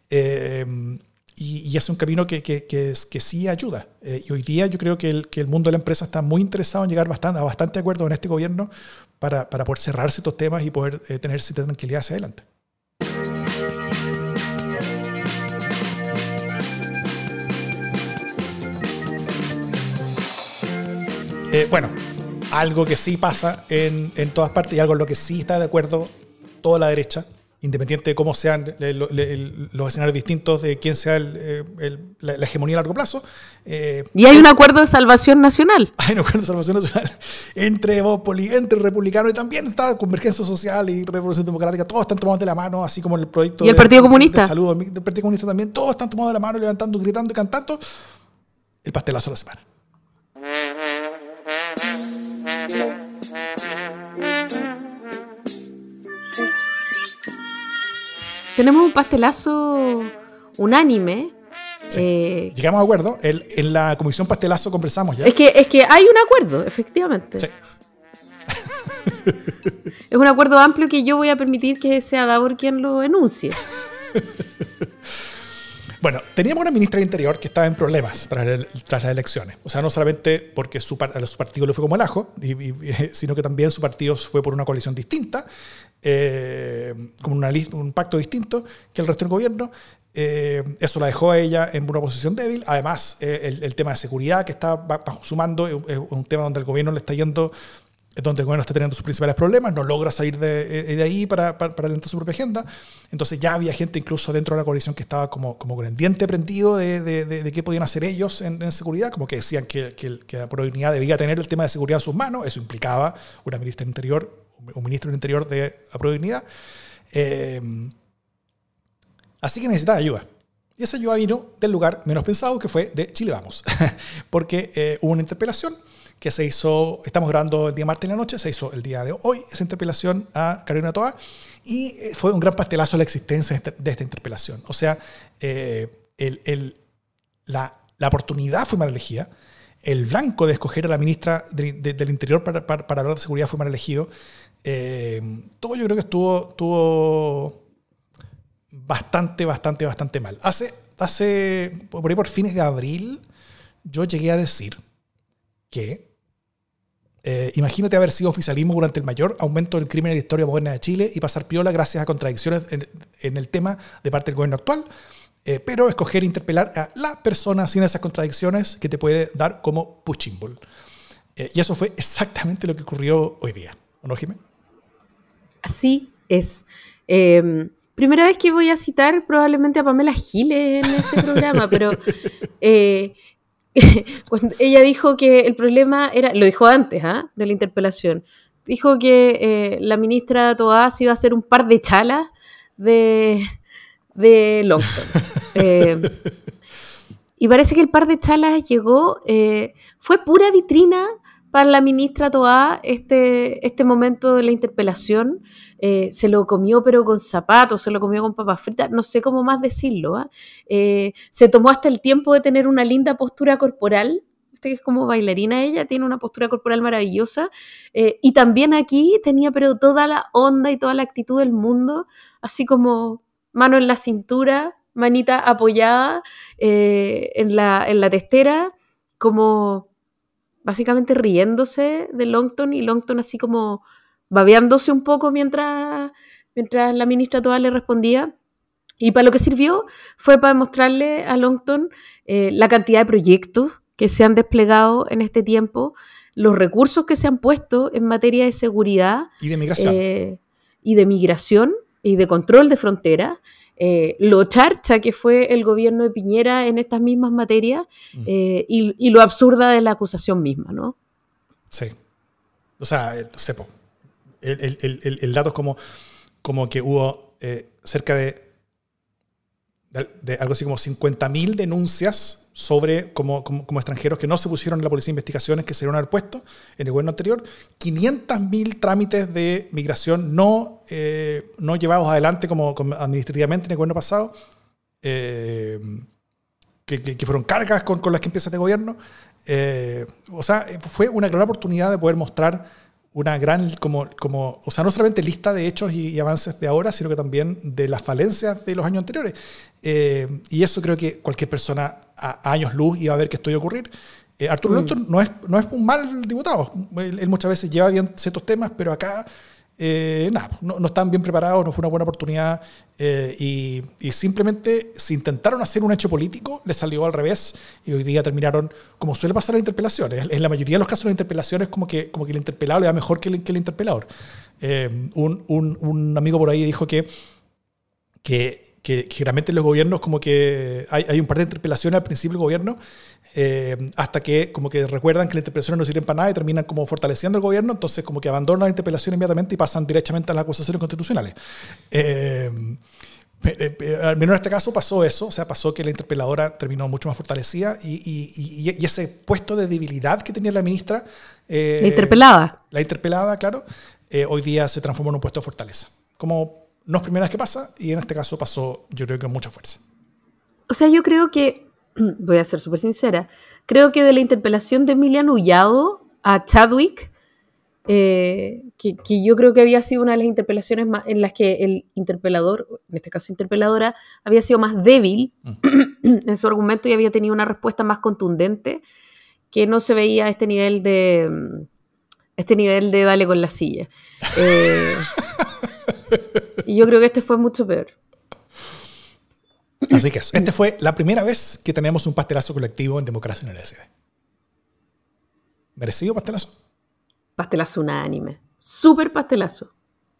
Y es un camino que sí ayuda. Y hoy día yo creo que el mundo de la empresa está muy interesado en llegar a bastante acuerdo en este gobierno para poder cerrarse estos temas y poder tener cierta tranquilidad hacia adelante. Bueno, algo que sí pasa en todas partes y algo en lo que sí está de acuerdo toda la derecha, independiente de cómo sean los escenarios distintos de quién sea la hegemonía a largo plazo. Y hay un acuerdo de salvación nacional. Hay un acuerdo de salvación nacional entre republicanos, y también está Convergencia Social y Revolución Democrática. Todos están tomados de la mano, así como el proyecto y el Partido Comunista. De salud del Partido Comunista también. Todos están tomados de la mano, levantando, gritando y cantando. El pastelazo de la semana. Tenemos un pastelazo unánime. Sí. Llegamos a acuerdo. En la comisión pastelazo conversamos ya. Es que hay un acuerdo, efectivamente. Sí. Es un acuerdo amplio que yo voy a permitir que sea Davor quien lo enuncie. Bueno, teníamos una ministra del Interior que estaba en problemas tras las elecciones. O sea, no solamente porque a su partido le fue como el ajo, sino que también su partido fue por una coalición distinta, como un pacto distinto que el resto del gobierno. Eso la dejó a ella en una posición débil. Además, el tema de seguridad que está bajo su mando es un tema donde el gobierno le está yendo, donde el gobierno está teniendo sus principales problemas, no logra salir de ahí para adelantar su propia agenda. Entonces ya había gente incluso dentro de la coalición que estaba como con el diente prendido de qué podían hacer ellos en seguridad, como que decían que la Prodignidad debía tener el tema de seguridad en sus manos. Eso implicaba una ministra del Interior, un ministro del Interior de la Prodignidad. Así que necesitaba ayuda. Y esa ayuda vino del lugar menos pensado, que fue de Chile Vamos. Porque hubo una interpelación que se hizo, estamos grabando el día martes en la noche, se hizo el día de hoy esa interpelación a Carolina Toa, y fue un gran pastelazo la existencia de esta interpelación. O sea, la oportunidad fue mal elegida, el blanco de escoger a la ministra del Interior para hablar de seguridad fue mal elegido. Todo yo creo que estuvo bastante mal. Por fines de abril, yo llegué a decir que imagínate haber sido oficialismo durante el mayor aumento del crimen en la historia moderna de Chile y pasar piola gracias a contradicciones en el tema de parte del gobierno actual, pero escoger interpelar a la persona sin esas contradicciones que te puede dar como punching ball. Y eso fue exactamente lo que ocurrió hoy día, ¿o no, Jimé? Así es. Primera vez que voy a citar probablemente a Pamela Giles en este programa, pero cuando ella dijo que el problema era, lo dijo antes de la interpelación, dijo que la ministra Toá se iba a hacer un par de chalas de Longton. Y parece que el par de chalas llegó, fue pura vitrina para la ministra Toá este momento de la interpelación. Se lo comió pero con zapatos, se lo comió con papas fritas, no sé cómo más decirlo. Se tomó hasta el tiempo de tener una linda postura corporal. Usted que es como bailarina, ella tiene una postura corporal maravillosa. Y también aquí tenía pero toda la onda y toda la actitud del mundo, así como mano en la cintura, manita apoyada en la testera, como básicamente riéndose de Longton, y Longton así como babeándose un poco mientras la ministra Toá le respondía. Y para lo que sirvió fue para mostrarle a Longton la cantidad de proyectos que se han desplegado en este tiempo, los recursos que se han puesto en materia de seguridad Y de migración. Y de migración y de control de fronteras, lo charcha que fue el gobierno de Piñera en estas mismas materias, y lo absurda de la acusación misma, ¿no? Sí. O sea, no sé, el dato es como que hubo cerca de algo así como 50.000 denuncias sobre como extranjeros que no se pusieron en la policía de investigaciones que se debieron haber puesto en el gobierno anterior, 500.000 trámites de migración no llevados adelante como administrativamente en el gobierno pasado, que fueron cargas con las que empieza este gobierno. O sea, fue una gran oportunidad de poder mostrar una gran, o sea, no solamente lista de hechos y avances de ahora, sino que también de las falencias de los años anteriores. Y eso creo que cualquier persona a años luz iba a ver que esto iba a ocurrir. Arturo Longton no es un mal diputado. Él muchas veces lleva bien ciertos temas, pero acá no están bien preparados, no fue una buena oportunidad, y simplemente se intentaron hacer un hecho político, le salió al revés y hoy día terminaron, como suele pasar en las interpelaciones. En la mayoría de los casos de las interpelaciones como que el interpelado le va mejor que el interpelador. Un amigo por ahí dijo que generalmente en los gobiernos como que hay un par de interpelaciones al principio del gobierno, hasta que como que recuerdan que las interpelaciones no sirven para nada y terminan como fortaleciendo el gobierno, entonces como que abandonan la interpelación inmediatamente y pasan directamente a las acusaciones constitucionales. Al menos en este caso pasó eso, o sea, pasó que la interpeladora terminó mucho más fortalecida y ese puesto de debilidad que tenía la ministra, La interpelada, claro, hoy día se transformó en un puesto de fortaleza. Como no es primera vez que pasa, y en este caso pasó, yo creo que con mucha fuerza. O sea, yo creo que, voy a ser súper sincera, creo que de la interpelación de Emiliano Ullado a Chadwick, que yo creo que había sido una de las interpelaciones en las que el interpelador, en este caso interpeladora, había sido más débil en su argumento y había tenido una respuesta más contundente, que no se veía a este nivel de dale con la silla. Y yo creo que este fue mucho peor. Así que eso. Esta fue la primera vez que tenemos un pastelazo colectivo en Democracia en el SD. ¿Merecido pastelazo? Pastelazo unánime. Súper pastelazo.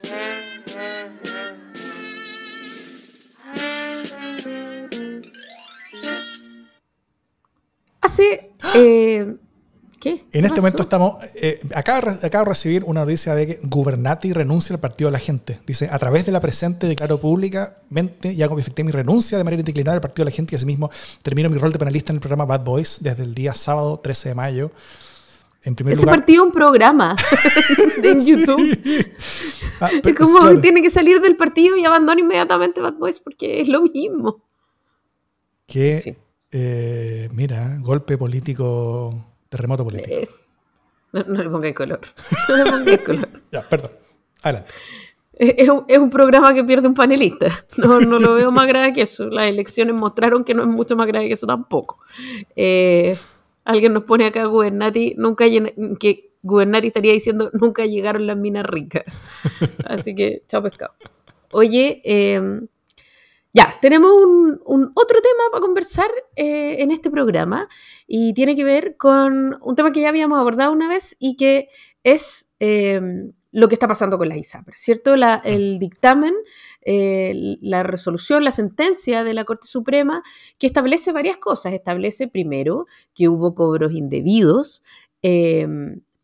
Hace... ¿Qué? En este momento estamos... acabo de recibir una noticia de que Gubernati renuncia al Partido de la Gente. Dice, a través de la presente declaro públicamente y hago efectiva mi renuncia de manera indisciplinada al Partido de la Gente y asimismo termino mi rol de panelista en el programa Bad Boys desde el día sábado 13 de mayo. En primer Ese lugar, partido es un programa en YouTube. Sí. Es como claro, tiene que salir del partido y abandona inmediatamente Bad Boys porque es lo mismo. Que, en fin. Mira, golpe político... Terremoto político. No le pongáis color. No le pongáis color. Ya, perdón. Adelante. Es un programa que pierde un panelista. No lo veo más grave que eso. Las elecciones mostraron que no es mucho más grave que eso tampoco. Alguien nos pone acá que Gubernati estaría diciendo nunca llegaron las minas ricas. Así que, chao pescado. Oye, ya, tenemos un otro tema para conversar en este programa y tiene que ver con un tema que ya habíamos abordado una vez y que es lo que está pasando con las ISAPRES, ¿cierto? El dictamen, la resolución, la sentencia de la Corte Suprema que establece varias cosas. Establece primero que hubo cobros indebidos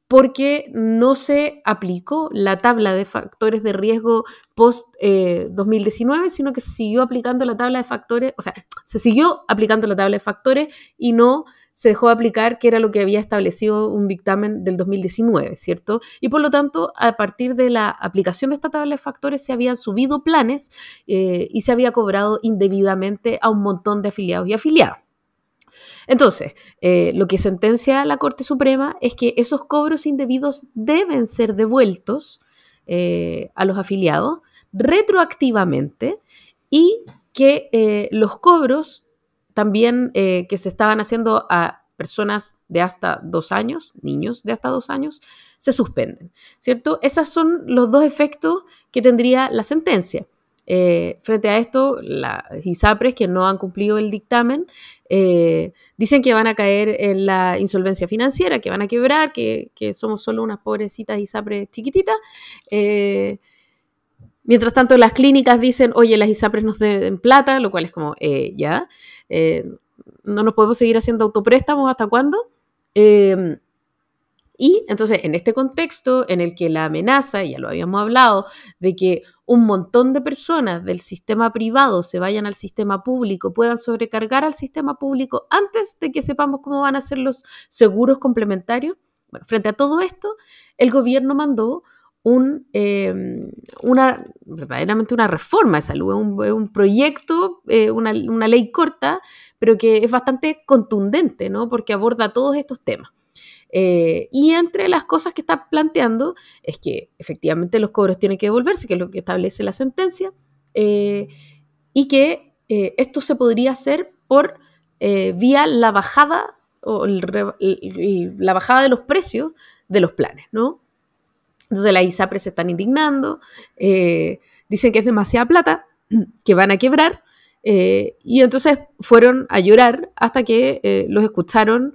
porque no se aplicó la tabla de factores de riesgo post 2019, sino que se siguió aplicando la tabla de factores, o sea, se siguió aplicando la tabla de factores y no se dejó de aplicar, que era lo que había establecido un dictamen del 2019, ¿cierto? Y por lo tanto, a partir de la aplicación de esta tabla de factores se habían subido planes y se había cobrado indebidamente a un montón de afiliados y afiliadas. Entonces, lo que sentencia la Corte Suprema es que esos cobros indebidos deben ser devueltos a los afiliados retroactivamente y que los cobros también que se estaban haciendo a personas de hasta 2 años, niños de hasta 2 años, se suspenden, ¿cierto? Esos son los dos efectos que tendría la sentencia. Frente a esto, las ISAPRES que no han cumplido el dictamen dicen que van a caer en la insolvencia financiera, que van a quebrar, que somos solo unas pobrecitas ISAPRES chiquititas. Mientras tanto, las clínicas dicen, oye, las ISAPRES nos deben plata, lo cual es como, no nos podemos seguir haciendo autopréstamos, ¿hasta cuándo? Y entonces, en este contexto en el que la amenaza, ya lo habíamos hablado, de que un montón de personas del sistema privado se vayan al sistema público, puedan sobrecargar al sistema público antes de que sepamos cómo van a ser los seguros complementarios. Bueno, frente a todo esto, el gobierno mandó verdaderamente una reforma de salud, un proyecto, una ley corta, pero que es bastante contundente, ¿no? Porque aborda todos estos temas. Y entre las cosas que está planteando es que efectivamente los cobros tienen que devolverse, que es lo que establece la sentencia, y que esto se podría hacer por vía la bajada la bajada de los precios de los planes, ¿no? Entonces las ISAPRES se están indignando, dicen que es demasiada plata, que van a quebrar, y entonces fueron a llorar hasta que los escucharon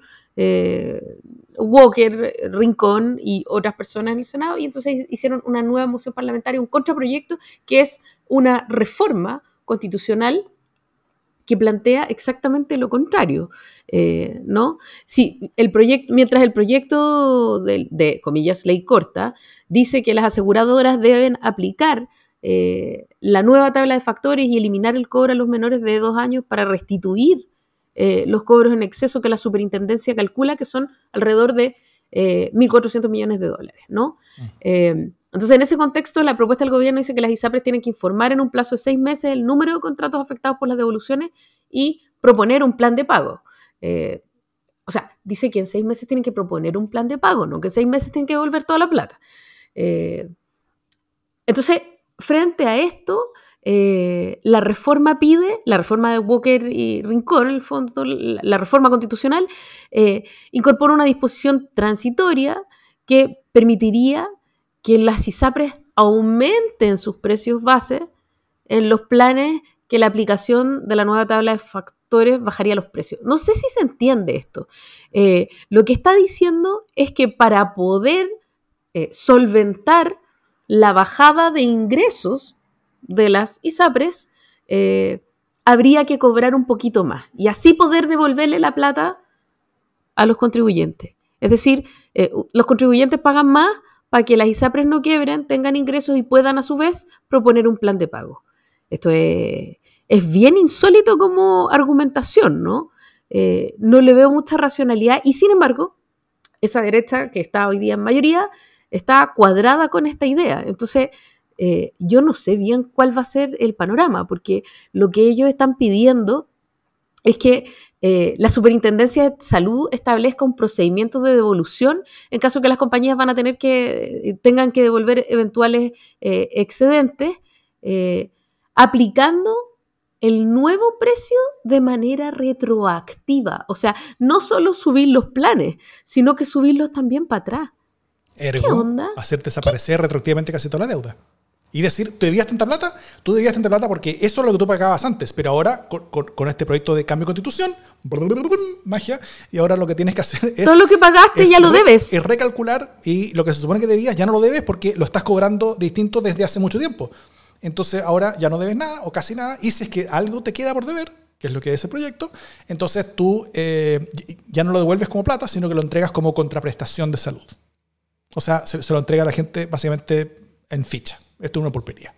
Walker, Rincón y otras personas en el Senado, y entonces hicieron una nueva moción parlamentaria, un contraproyecto que es una reforma constitucional que plantea exactamente lo contrario, ¿no? Sí, mientras el proyecto de, comillas, ley corta, dice que las aseguradoras deben aplicar la nueva tabla de factores y eliminar el cobro a los menores de 2 años para restituir los cobros en exceso que la superintendencia calcula que son alrededor de 1.400 millones de dólares, ¿no? Entonces, en ese contexto, la propuesta del gobierno dice que las ISAPRES tienen que informar en un plazo de 6 meses el número de contratos afectados por las devoluciones y proponer un plan de pago. O sea, dice que en 6 meses tienen que proponer un plan de pago, no que en 6 meses tienen que devolver toda la plata. Entonces, frente a esto, la reforma de Walker y Rincón, en el fondo, la reforma constitucional, incorpora una disposición transitoria que permitiría que las ISAPRES aumenten sus precios base en los planes que la aplicación de la nueva tabla de factores bajaría los precios. No sé si se entiende esto. Lo que está diciendo es que para poder solventar la bajada de ingresos de las ISAPRES, habría que cobrar un poquito más y así poder devolverle la plata a los contribuyentes. Es decir, los contribuyentes pagan más para que las ISAPRES no quiebren, tengan ingresos y puedan a su vez proponer un plan de pago. Esto es bien insólito como argumentación, ¿no? No le veo mucha racionalidad y sin embargo, esa derecha que está hoy día en mayoría está cuadrada con esta idea. Entonces, yo no sé bien cuál va a ser el panorama, porque lo que ellos están pidiendo es que la Superintendencia de Salud establezca un procedimiento de devolución en caso que las compañías tengan que devolver eventuales excedentes, aplicando el nuevo precio de manera retroactiva. O sea, no solo subir los planes, sino que subirlos también para atrás. Ergo, ¿qué onda? Hacer desaparecer retroactivamente casi toda la deuda. Y decir, tú debías tanta plata porque eso es lo que tú pagabas antes, pero ahora con este proyecto de cambio de constitución, magia, y ahora lo que tienes que hacer es... Todo lo que pagaste ya lo debes. Es recalcular y lo que se supone que debías ya no lo debes porque lo estás cobrando distinto desde hace mucho tiempo. Entonces ahora ya no debes nada o casi nada y si es que algo te queda por deber, que es lo que es el proyecto, entonces tú ya no lo devuelves como plata, sino que lo entregas como contraprestación de salud. O sea, se lo entrega a la gente básicamente en ficha. Esto es una pulpería.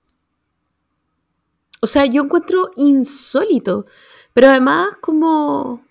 O sea, yo encuentro insólito, pero además como...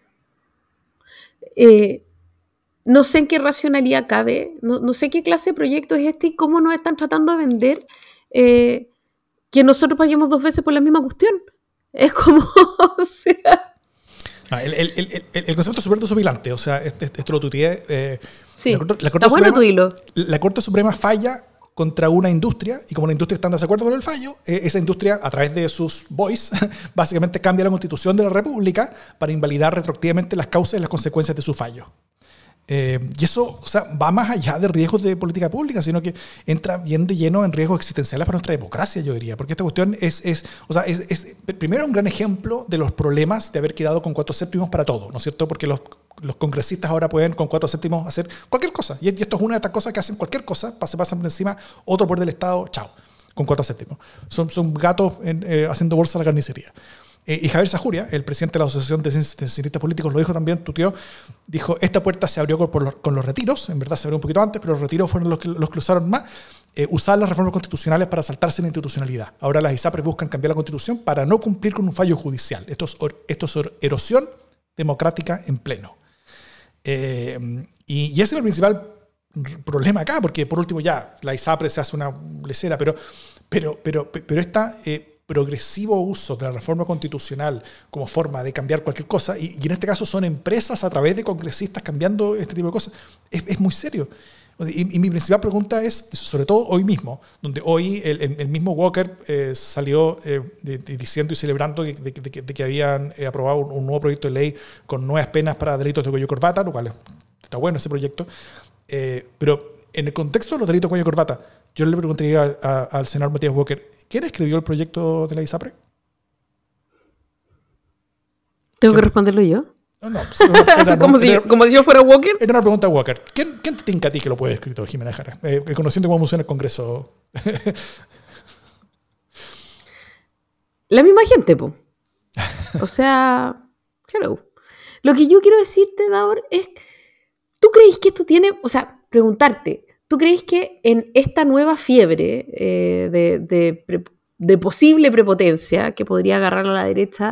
no sé en qué racionalidad cabe, no sé qué clase de proyecto es este y cómo nos están tratando de vender que nosotros paguemos 2 veces por la misma cuestión. Es como, o sea... El concepto es súper desopilante. O sea, esto lo tuiteé. Sí, la Corte está bueno Suprema, tu hilo. La Corte Suprema falla contra una industria, y como la industria está en desacuerdo con el fallo, esa industria, a través de sus boys, básicamente cambia la Constitución de la República para invalidar retroactivamente las causas y las consecuencias de su fallo. Y eso, o sea, va más allá de riesgos de política pública, sino que entra bien de lleno en riesgos existenciales para nuestra democracia, yo diría, porque esta cuestión es primero un gran ejemplo de los problemas de haber quedado con 4/7 para todo, ¿no es cierto? Porque los congresistas ahora pueden con 4/7 hacer cualquier cosa, y esto es una de estas cosas que hacen cualquier cosa, se pasan por encima otro poder del Estado, chao, con 4/7. Son gatos haciendo bolsa a la carnicería. Y Javier Sajuria, el presidente de la Asociación de Cientistas Políticos, lo dijo también, tuteó, dijo, esta puerta se abrió con los retiros, en verdad se abrió un poquito antes, pero los retiros fueron los que usaron más, usar las reformas constitucionales para saltarse la institucionalidad. Ahora las ISAPRES buscan cambiar la Constitución para no cumplir con un fallo judicial. Esto es erosión democrática en pleno. Y ese es el principal problema acá, porque por último ya la ISAPRES se hace una lecera, pero esta... progresivo uso de la reforma constitucional como forma de cambiar cualquier cosa, y en este caso son empresas a través de congresistas cambiando este tipo de cosas, es muy serio. Y mi principal pregunta es, sobre todo hoy mismo, donde hoy el mismo Walker salió diciendo y celebrando de que habían aprobado un nuevo proyecto de ley con nuevas penas para delitos de cuello y corbata, lo cual está bueno ese proyecto, pero en el contexto de los delitos de cuello y corbata, yo le preguntaría al senador Matías Walker, ¿quién escribió el proyecto de la ISAPRE? ¿Tengo que responderlo yo? No. Como si yo fuera Walker. Era una pregunta a Walker. ¿Quién te tinca a ti que lo puede escrito, Jimena Jara? Conociendo cómo funciona el Congreso. La misma gente, po. O sea, hello. Lo que yo quiero decirte, Davor, es, ¿tú crees que esto tiene, o sea, preguntarte, ¿tú crees que en esta nueva fiebre de posible prepotencia que podría agarrar a la derecha,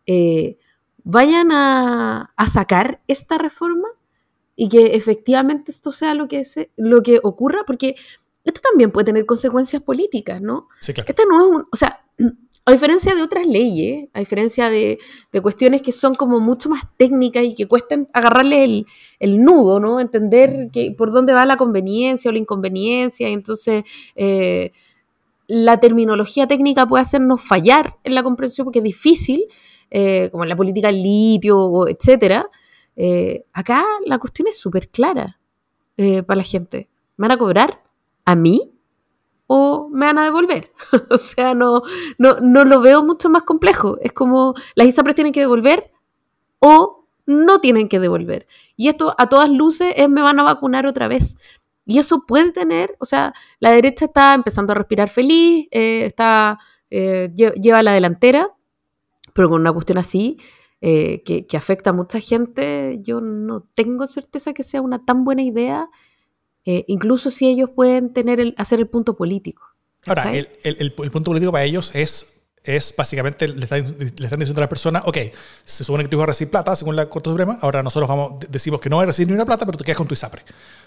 vayan a sacar esta reforma y que efectivamente esto sea lo que ocurra? Porque esto también puede tener consecuencias políticas, ¿no? Sí, claro. Esta no es o sea, a diferencia de otras leyes, a diferencia de cuestiones que son como mucho más técnicas y que cuestan agarrarle el nudo, ¿no? Entender por dónde va la conveniencia o la inconveniencia, y entonces la terminología técnica puede hacernos fallar en la comprensión porque es difícil, como en la política del litio, etcétera. Acá la cuestión es súper clara para la gente. ¿Me van a cobrar a mí o me van a devolver? O sea, no lo veo mucho más complejo. Es como las ISAPRES tienen que devolver o no tienen que devolver. Y esto a todas luces es me van a vacunar otra vez. Y eso puede tener, o sea, la derecha está empezando a respirar feliz, lleva la delantera, pero con una cuestión así que afecta a mucha gente, yo no tengo certeza que sea una tan buena idea. Incluso si ellos pueden hacer el punto político. ¿Cachai? Ahora, el punto político para ellos es básicamente, le están diciendo a las personas, ok, se supone que tú vas a recibir plata según la Corte Suprema, ahora nosotros decimos que no vas a recibir ni una plata, pero tú quedas con tu ISAPRE.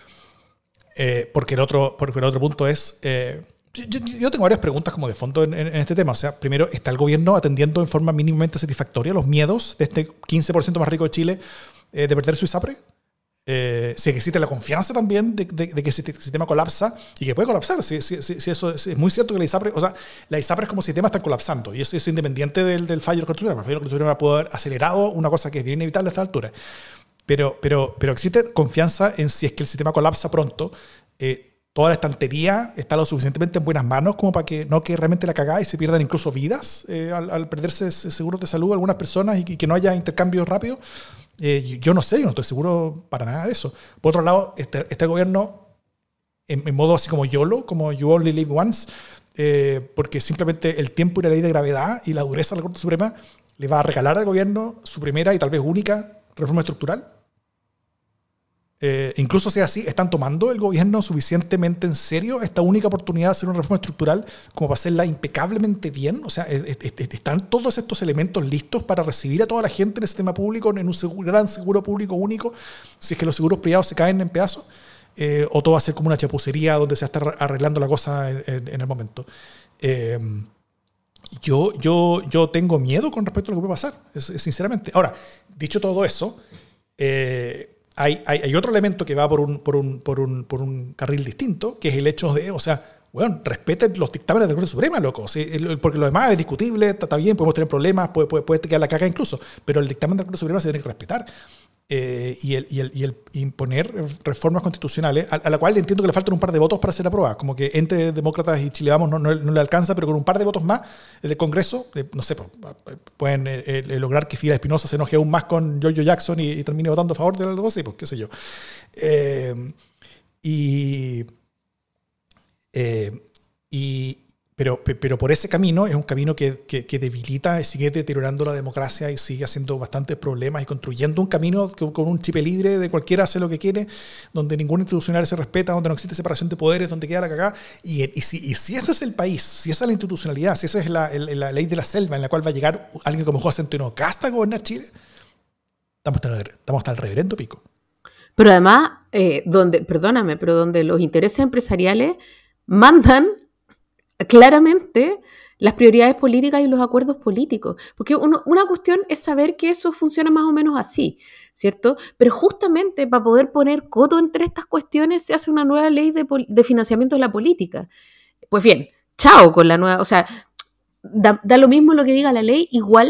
Porque el otro punto es, yo tengo varias preguntas como de fondo en este tema. O sea, primero, ¿está el gobierno atendiendo en forma mínimamente satisfactoria los miedos de este 15% más rico de Chile de perder su ISAPRE? Si existe la confianza también de que ese sistema colapsa y que puede colapsar. Si eso es muy cierto que la ISAPRES como sistema están colapsando, y eso es independiente del fallo de la Corte Suprema. El fallo de la Corte Suprema puede haber acelerado una cosa que es bien inevitable a esta altura. Pero existe confianza en si es que el sistema colapsa pronto. Toda la estantería está lo suficientemente en buenas manos como para que no quede realmente la cagada y se pierdan incluso vidas al perderse seguros de salud algunas personas y que no haya intercambios rápidos. Yo no sé, yo no estoy seguro para nada de eso. Por otro lado, este gobierno en modo así como YOLO, como You Only Live Once, porque simplemente el tiempo y la ley de gravedad y la dureza de la Corte Suprema le va a regalar al gobierno su primera y tal vez única reforma estructural. Incluso sea así, están tomando el gobierno suficientemente en serio esta única oportunidad de hacer una reforma estructural como para hacerla impecablemente bien. O sea, están todos estos elementos listos para recibir a toda la gente en el sistema público, en un gran seguro público único, si es que los seguros privados se caen en pedazos, o todo va a ser como una chapucería donde se va a estar arreglando la cosa en el momento. Yo tengo miedo con respecto a lo que puede pasar, sinceramente. Ahora, dicho todo eso, hay otro elemento que va por un carril distinto, que es el hecho de, o sea, bueno, respeten los dictámenes de la Corte Suprema, loco. ¿Sí? Porque lo demás es discutible, está bien, podemos tener problemas, puede quedar la caca incluso, pero el dictamen de la Corte Suprema se tiene que respetar. Y el imponer reformas constitucionales, a la cual entiendo que le faltan un par de votos para ser aprobada, como que entre demócratas y Chile Vamos no le alcanza, pero con un par de votos más el Congreso, no sé, pueden lograr que Fidel Espinosa se enoje aún más con Giorgio Jackson y termine votando a favor de la cosa, y pues qué sé yo. Pero por ese camino es un camino que debilita, sigue deteriorando la democracia y sigue haciendo bastantes problemas y construyendo un camino con un chip libre de cualquiera hace lo que quiere, donde ningún institucional se respeta, donde no existe separación de poderes, donde queda la cagada. Y si ese es el país, si esa es la institucionalidad, si esa es la ley de la selva en la cual va a llegar alguien como José Antonio Casta a gobernar Chile, estamos hasta el reverendo pico. Pero además, donde los intereses empresariales mandan claramente las prioridades políticas y los acuerdos políticos. Porque una cuestión es saber que eso funciona más o menos así, ¿cierto? Pero justamente para poder poner coto entre estas cuestiones se hace una nueva ley de financiamiento de la política. Pues bien, chao con la nueva, o sea, da lo mismo lo que diga la ley, igual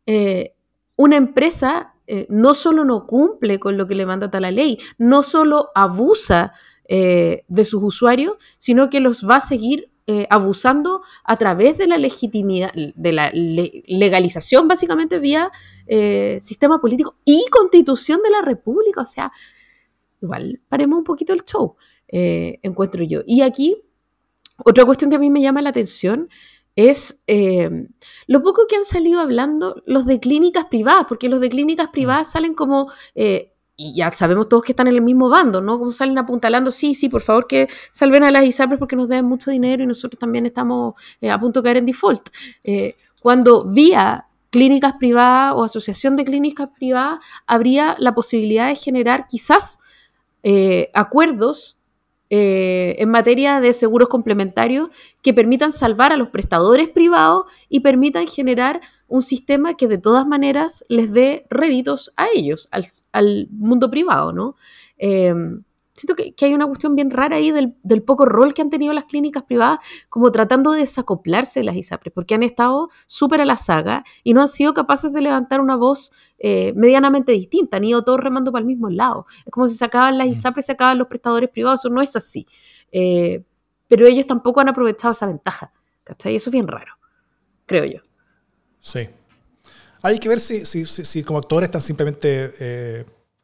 una empresa no solo no cumple con lo que le mandata la ley, no solo abusa de sus usuarios, sino que los va a seguir abusando a través de la legitimidad, de la legalización básicamente vía sistema político y constitución de la república. O sea, igual paremos un poquito el show, encuentro yo. Y aquí, otra cuestión que a mí me llama la atención es lo poco que han salido hablando los de clínicas privadas, porque los de clínicas privadas salen como... y ya sabemos todos que están en el mismo bando, ¿no? Como salen apuntalando, sí, por favor que salven a las ISAPRES porque nos deben mucho dinero y nosotros también estamos a punto de caer en default. Cuando vía clínicas privadas o asociación de clínicas privadas habría la posibilidad de generar quizás acuerdos en materia de seguros complementarios que permitan salvar a los prestadores privados y permitan generar un sistema que de todas maneras les dé réditos a ellos, al mundo privado, ¿no? Siento que hay una cuestión bien rara ahí del poco rol que han tenido las clínicas privadas, como tratando de desacoplarse de las ISAPRES, porque han estado súper a la saga y no han sido capaces de levantar una voz medianamente distinta, han ido todos remando para el mismo lado. Es como si se acaban las ISAPRES, se acaban los prestadores privados, eso no es así. Pero ellos tampoco han aprovechado esa ventaja, ¿cachai? Eso es bien raro, creo yo. Sí. Hay que ver si como actores están simplemente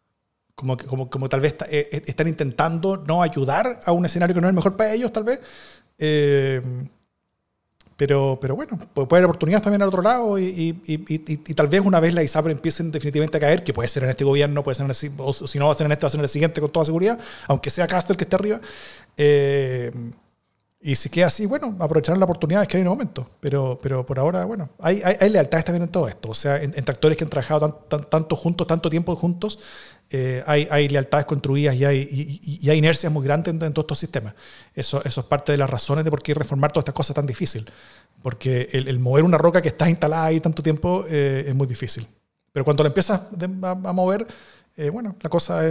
como tal vez están intentando no ayudar a un escenario que no es el mejor para ellos, tal vez. Pero bueno, puede haber oportunidades también al otro lado y tal vez una vez la ISAPRE empiecen definitivamente a caer, que puede ser en este gobierno, puede ser o si no va a ser en este, va a ser en el siguiente con toda seguridad, aunque sea Castro el que esté arriba. Y si queda así, bueno, aprovecharán las oportunidades que hay en el momento. Pero por ahora, bueno, hay lealtades también en todo esto. O sea, entre actores que han trabajado tanto juntos, tanto tiempo juntos, hay lealtades construidas y hay inercias muy grandes en todos estos sistemas. Eso es parte de las razones de por qué reformar todas estas cosas tan difícil. Porque el mover una roca que está instalada ahí tanto tiempo es muy difícil. Pero cuando la empiezas a mover, bueno, la cosa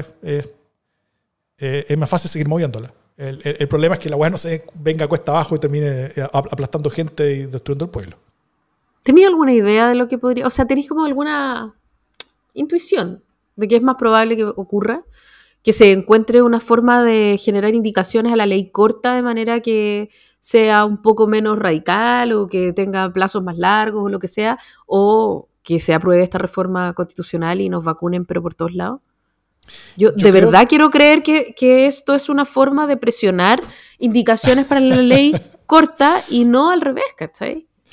es más fácil seguir moviéndola. El problema es que la weá no se venga cuesta abajo y termine aplastando gente y destruyendo el pueblo. ¿Tenías alguna idea de lo que podría...? O sea, ¿tenéis como alguna intuición de que es más probable que ocurra? Que se encuentre una forma de generar indicaciones a la ley corta de manera que sea un poco menos radical o que tenga plazos más largos o lo que sea, o que se apruebe esta reforma constitucional y nos vacunen pero por todos lados. Yo de verdad quiero creer que esto es una forma de presionar indicaciones para la ley corta y no al revés, ¿cachai?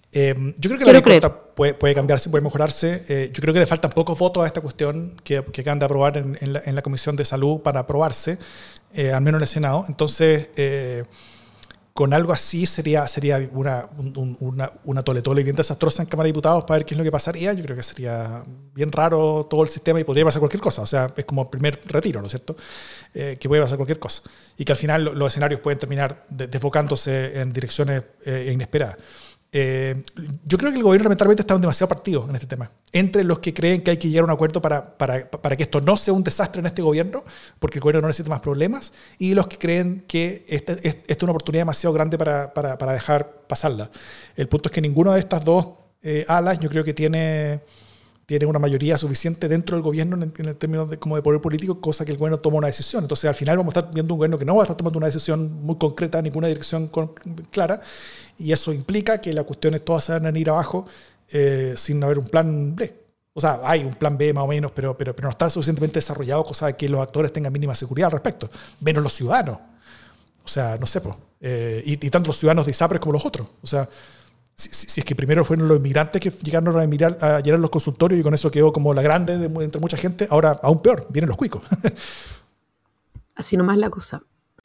Yo creo que la ley corta puede cambiarse, puede mejorarse. Yo creo que le faltan pocos votos a esta cuestión que acaban de aprobar en la Comisión de Salud para aprobarse, al menos en el Senado. Entonces, con algo así sería una tole bien desastrosa en Cámara de Diputados para ver qué es lo que pasaría. Yo creo que sería bien raro todo el sistema y podría pasar cualquier cosa. O sea, es como el primer retiro, ¿no es cierto? Que puede pasar cualquier cosa. Y que al final los escenarios pueden terminar desbocándose en direcciones inesperadas. Yo creo que el gobierno lamentablemente está en demasiado partido en este tema. Entre los que creen que hay que llegar a un acuerdo para que esto no sea un desastre en este gobierno, porque el gobierno no necesita más problemas, y los que creen que esta es una oportunidad demasiado grande para dejar pasarla. El punto es que ninguna de estas dos alas yo creo que tiene una mayoría suficiente dentro del gobierno en el término como de poder político, cosa que el gobierno toma una decisión. Entonces al final vamos a estar viendo un gobierno que no va a estar tomando una decisión muy concreta, ninguna dirección clara, y eso implica que las cuestiones todas se van a ir abajo sin haber un plan B. O sea, hay un plan B más o menos, pero no está suficientemente desarrollado, cosa de que los actores tengan mínima seguridad al respecto, menos los ciudadanos. O sea, no sé, y tanto los ciudadanos de ISAPRES como los otros. O sea, si es que primero fueron los inmigrantes que llegaron a llenar los consultorios y con eso quedó como la grande entre mucha gente, ahora aún peor, vienen los cuicos. Así nomás la cosa.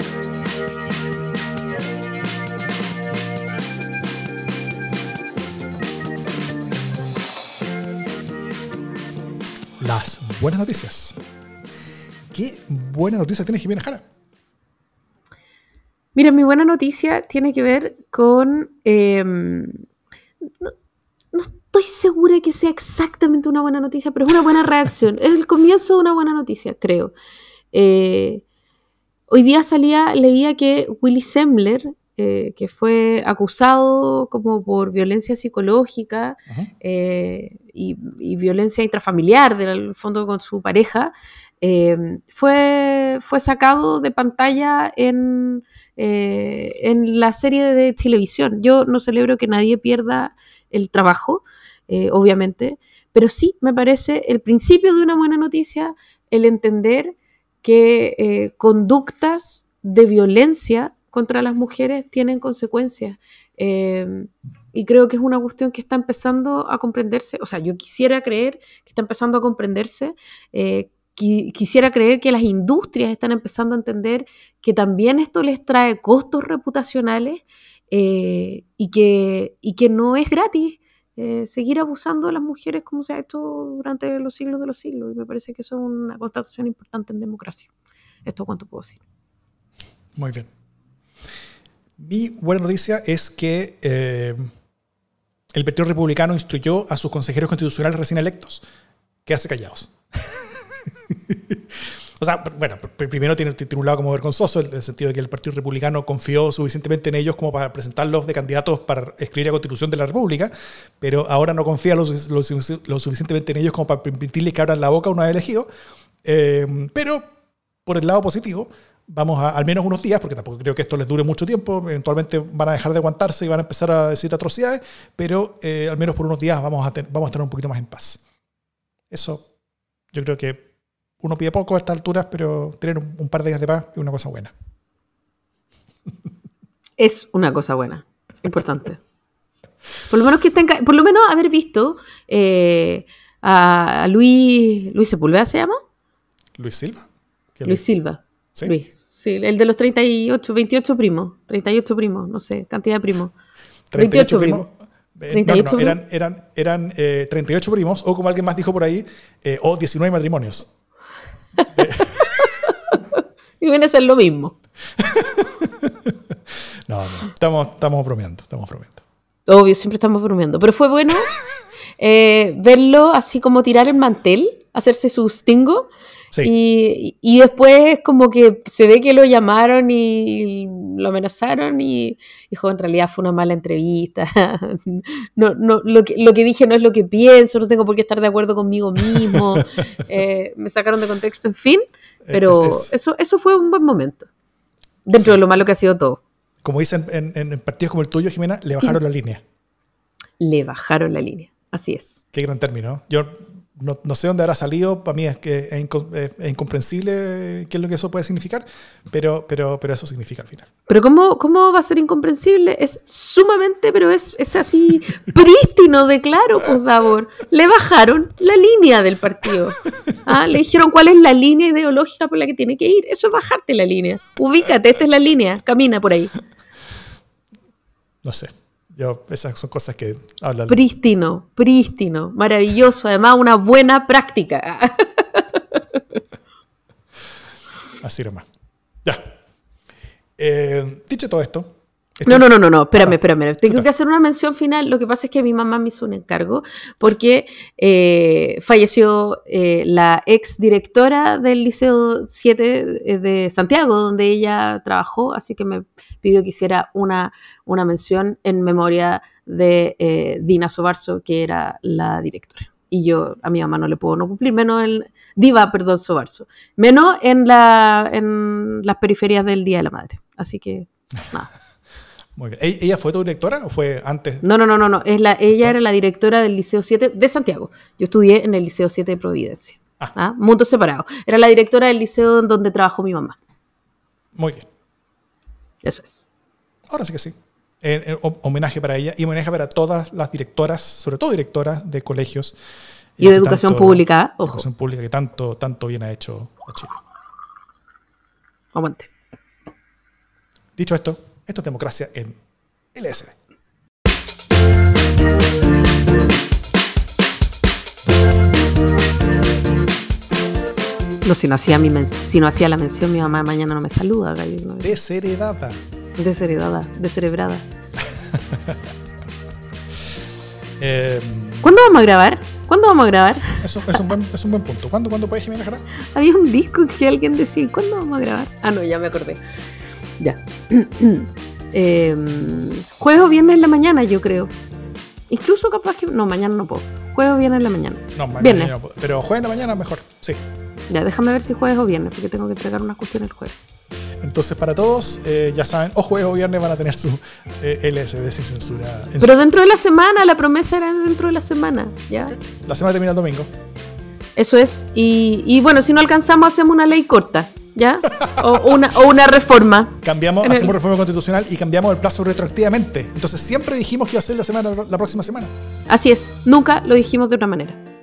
Las buenas noticias. ¿Qué buena noticia tiene Jimena Jara? Mira, mi buena noticia tiene que ver con... no estoy segura de que sea exactamente una buena noticia, pero es una buena reacción. Es el comienzo de una buena noticia, creo. Hoy día leía que Willy Sembler, que fue acusado como por violencia psicológica y violencia intrafamiliar, del fondo con su pareja, fue sacado de pantalla en la serie de televisión. Yo no celebro que nadie pierda el trabajo, obviamente, pero sí me parece el principio de una buena noticia el entender que conductas de violencia contra las mujeres tienen consecuencias. Y creo que es una cuestión que está empezando a comprenderse. O sea, yo quisiera creer que está empezando a comprenderse. Quisiera creer que las industrias están empezando a entender que también esto les trae costos reputacionales y que no es gratis seguir abusando de las mujeres como se ha hecho durante los siglos de los siglos. Y me parece que eso es una constatación importante en democracia. ¿Esto cuánto puedo decir? Muy bien. Mi buena noticia es que el Partido Republicano instruyó a sus consejeros constitucionales recién electos quedarse callados. O sea, bueno, primero tiene un lado como vergonzoso, en el sentido de que el Partido Republicano confió suficientemente en ellos como para presentarlos de candidatos para escribir la Constitución de la República, pero ahora no confía lo suficientemente en ellos como para permitirles que abran la boca una vez elegidos. Pero, por el lado positivo, vamos a al menos unos días, porque tampoco creo que esto les dure mucho tiempo, eventualmente van a dejar de aguantarse y van a empezar a decir atrocidades, pero al menos por unos días vamos a estar un poquito más en paz. Eso, yo creo que uno pide poco a estas alturas, pero tener un par de días de paz es una cosa buena. Es una cosa buena, importante. Por lo menos haber visto a Luis Sepúlveda, ¿se llama? ¿Luis Silva? Luis Silva. ¿Sí? Luis, sí, el de los 28 primos. 38 primos, no sé, cantidad de primos. 28 primos. 38 eran 38 primos, o como alguien más dijo por ahí, o 19 matrimonios. Y viene a ser lo mismo. No, estamos bromeando. Obvio, siempre estamos bromeando. Pero fue bueno verlo así como tirar el mantel, hacerse su stingo. Sí. Y después como que se ve que lo llamaron y lo amenazaron y dijo, en realidad fue una mala entrevista. No, lo que dije no es lo que pienso, no tengo por qué estar de acuerdo conmigo mismo. Me sacaron de contexto, en fin. Pero eso fue un buen momento. Dentro de lo malo que ha sido todo. Como dicen en partidos como el tuyo, Jimena, le bajaron la línea. Le bajaron la línea, así es. Qué gran término. Yo no sé dónde habrá salido, para mí es que es incomprensible qué es lo que eso puede significar, pero eso significa al final. Pero ¿cómo va a ser incomprensible? Es sumamente, pero es así prístino de claro, pues Davor. Le bajaron la línea del partido. Le dijeron cuál es la línea ideológica por la que tiene que ir. Eso es bajarte la línea. Ubícate, esta es la línea, camina por ahí. No sé. Esas son cosas que hablan. Prístino, maravilloso. Además, una buena práctica. Así nomás. Ya. Dicho todo esto. No, espérame. Tengo que hacer una mención final. Lo que pasa es que mi mamá me hizo un encargo porque falleció la ex directora del Liceo 7 de Santiago, donde ella trabajó, así que me pidió que hiciera una mención en memoria de Dina Sobarzo, que era la directora. Y yo a mi mamá no le puedo no cumplir, Sobarzo, menos en las periferias del Día de la Madre. Así que, nada. Muy bien. ¿Ella fue tu directora o fue antes? No. Ella era la directora del Liceo 7 de Santiago. Yo estudié en el Liceo 7 de Providencia. Mundos separados. Era la directora del liceo en donde trabajó mi mamá. Muy bien. Eso es. Ahora sí que sí. Homenaje para ella y homenaje para todas las directoras, sobre todo directoras de colegios. Y de educación pública, ojo. Educación pública que tanto bien ha hecho a Chile. Aguante. Dicho esto es democracia en LSD. No, si no hacía la mención, mi mamá mañana no me saluda. Desheredada. Descerebrada. ¿Cuándo vamos a grabar? Eso es un buen punto. ¿Cuándo puedes, Jimena Jara? Había un disco que alguien decía, ¿cuándo vamos a grabar? No, ya me acordé. Ya. Jueves o viernes en la mañana, yo creo. Incluso capaz que... No, mañana no puedo. Jueves o viernes en la mañana. No, mañana viernes. no puedo. Pero jueves en la mañana mejor, sí. Ya, déjame ver si jueves o viernes, porque tengo que entregar unas cuestiones el jueves. Entonces, para todos, ya saben, o jueves o viernes van a tener su LSD sin censura. Pero dentro de la semana, la promesa era dentro de la semana, ¿ya? Okay. La semana termina el domingo. Eso es. Y bueno, si no alcanzamos, hacemos una ley corta, ¿ya? o una reforma. Hacemos reforma constitucional y cambiamos el plazo retroactivamente. Entonces, siempre dijimos que iba a ser la próxima semana. Así es. Nunca lo dijimos de otra manera.